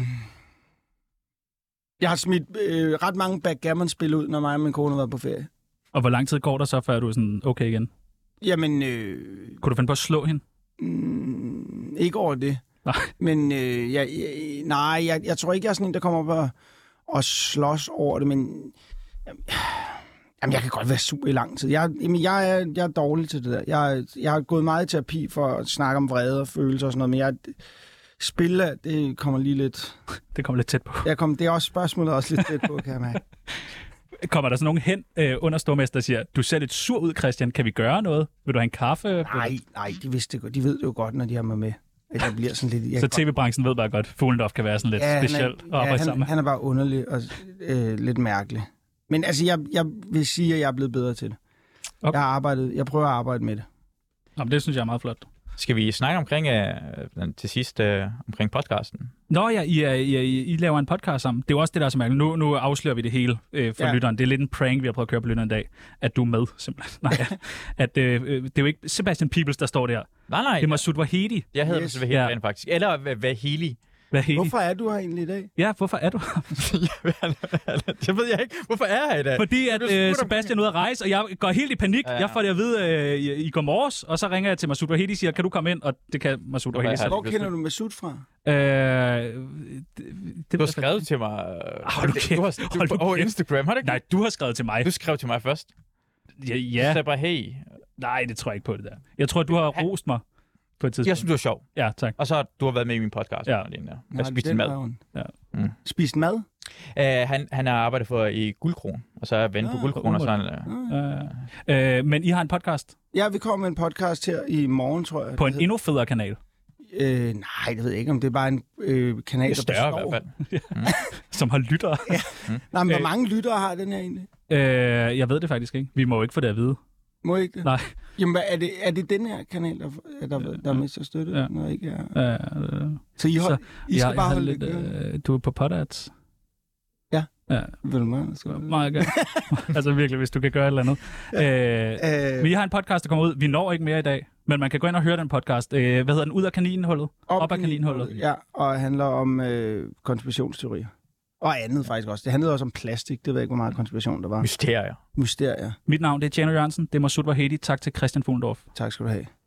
Jeg har smidt øh, ret mange backgammon-spil ud, når mig og min kone har været på ferie. Og hvor lang tid går der så, før du er sådan okay igen? Jamen... Øh, Kunne du finde på at slå hende? mm, ikke over det. Nej. Men øh, jeg, jeg, nej, jeg, jeg tror ikke, jeg er sådan en, der kommer op og, og slås over det, men... Jamen, jeg kan godt være sur i lang tid. Jeg, jamen, jeg, er, jeg er dårlig til det der. Jeg, jeg har gået meget i terapi for at snakke om vrede og følelser og sådan noget, men jeg... Spiller, det kommer lige lidt... Det kommer lidt tæt på. Jeg kom, det er også spørgsmålet også lidt tæt på, kan jeg mærke. Kommer der så nogen hen øh, under stormester og siger, du ser lidt sur ud, Christian. Kan vi gøre noget? Vil du have en kaffe? Nej, nej, de, vidste det godt. De ved det jo godt, når de har mig med. At jeg bliver sådan lidt... Så tv-branchen ved bare godt, Fuglendorf kan være sådan lidt ja, speciel han er, at arbejde ja, sammen han, med. han er bare underlig og øh, lidt mærkelig. Men altså, jeg, jeg vil sige, at jeg er blevet bedre til det. Okay. Jeg har arbejdet, jeg prøver at arbejde med det. Jamen, det synes jeg er meget flot. Skal vi snakke omkring uh, til sidst uh, omkring podcasten? Nå ja, I, er, I, er, I laver en podcast sammen. Det er jo også det, der er så mærkeligt. Nu, nu afslører vi det hele øh, for Ja. lytteren. Det er lidt en prank, vi har prøvet at køre på lytteren i dag. At du er med, simpelthen. Nej, ja. at, øh, det er jo ikke Sebastian Peebles, der står der. Nej, nej. Det er Masoud Wahedi. Jeg hedder Yes. yes. Vahedi Ja. ja. faktisk. Eller Vahedi. Wahedi. Hvorfor er du her egentlig i dag? Ja, hvorfor er du her? Jeg ved jeg ikke. Hvorfor er jeg i dag? Fordi at Du spurgte øh, om- Sebastian er ude at rejse, og jeg går helt i panik. Ja, ja. Jeg får det at vide øh, i, i går morges, og så ringer jeg til Masoud Wahedi og siger, kan du komme ind? Og det kan Masoud Wahedi Ja, selv. Hvor kender du Masoud fra? Øh, det, det, Du har skrevet til mig Hold nu kæft. du har, Hold du, nu over kæft. Instagram, har du ikke? Nej, du har skrevet til mig. Du skrev til mig først. Ja, Så ja. sagde jeg bare, hey, Nej, det tror jeg ikke på det der. Jeg tror, du har rost mig på et tidspunkt. jeg synes, du er sjov. Ja, tak. Og så har du har været med i min podcast. Ja. Og det, der. Jeg Nej, spiste den din mad. var hun. Ja. Mm. Spist mad? Uh, han, han har arbejdet for i Guldkron, og så er jeg ven på Ah, Guldkron, og så Guldkron. han, uh, Øh, øh, men I har en podcast Ja, vi kommer med en podcast her i morgen, tror jeg. på en Det endnu federe kanal, hedder- øh, nej, det ved jeg ikke, om det er bare en øh, kanal, det er der større i består. hvert fald. som har lyttere. Nej, men hvor Øh. mange lyttere har den her egentlig? øh, jeg ved det faktisk ikke. Vi må jo ikke få det at vide. Må I ikke det? Nej. Jamen, hvad, er det, er det den her kanal, der, der, der er med til at støtte? Ja. Når ikke er... Øh, Så I, hold, I skal jeg, bare jeg holde lidt, det kørende? øh, Du er på podads. Ja. Ja, Vil du meget? Skal du- meget gerne. Altså virkelig, hvis du kan gøre et eller andet. Øh, Øh, vi har en podcast, der kommer ud. Vi når ikke mere i dag, men man kan gå ind og høre den podcast. Øh, hvad hedder den? Ud af kaninhullet? Op af kaninhullet. Ja, og handler om øh, konspirationsteorier. Og andet faktisk også. Det handlede også om plastik. Det ved jeg ikke, hvor meget konspiration der var. Mysterier. Mysterier. Mit navn det er Tjerno Jørgensen. Det er Masoud Wahedi. Tak til Christian Fuglendorf. Tak skal du have.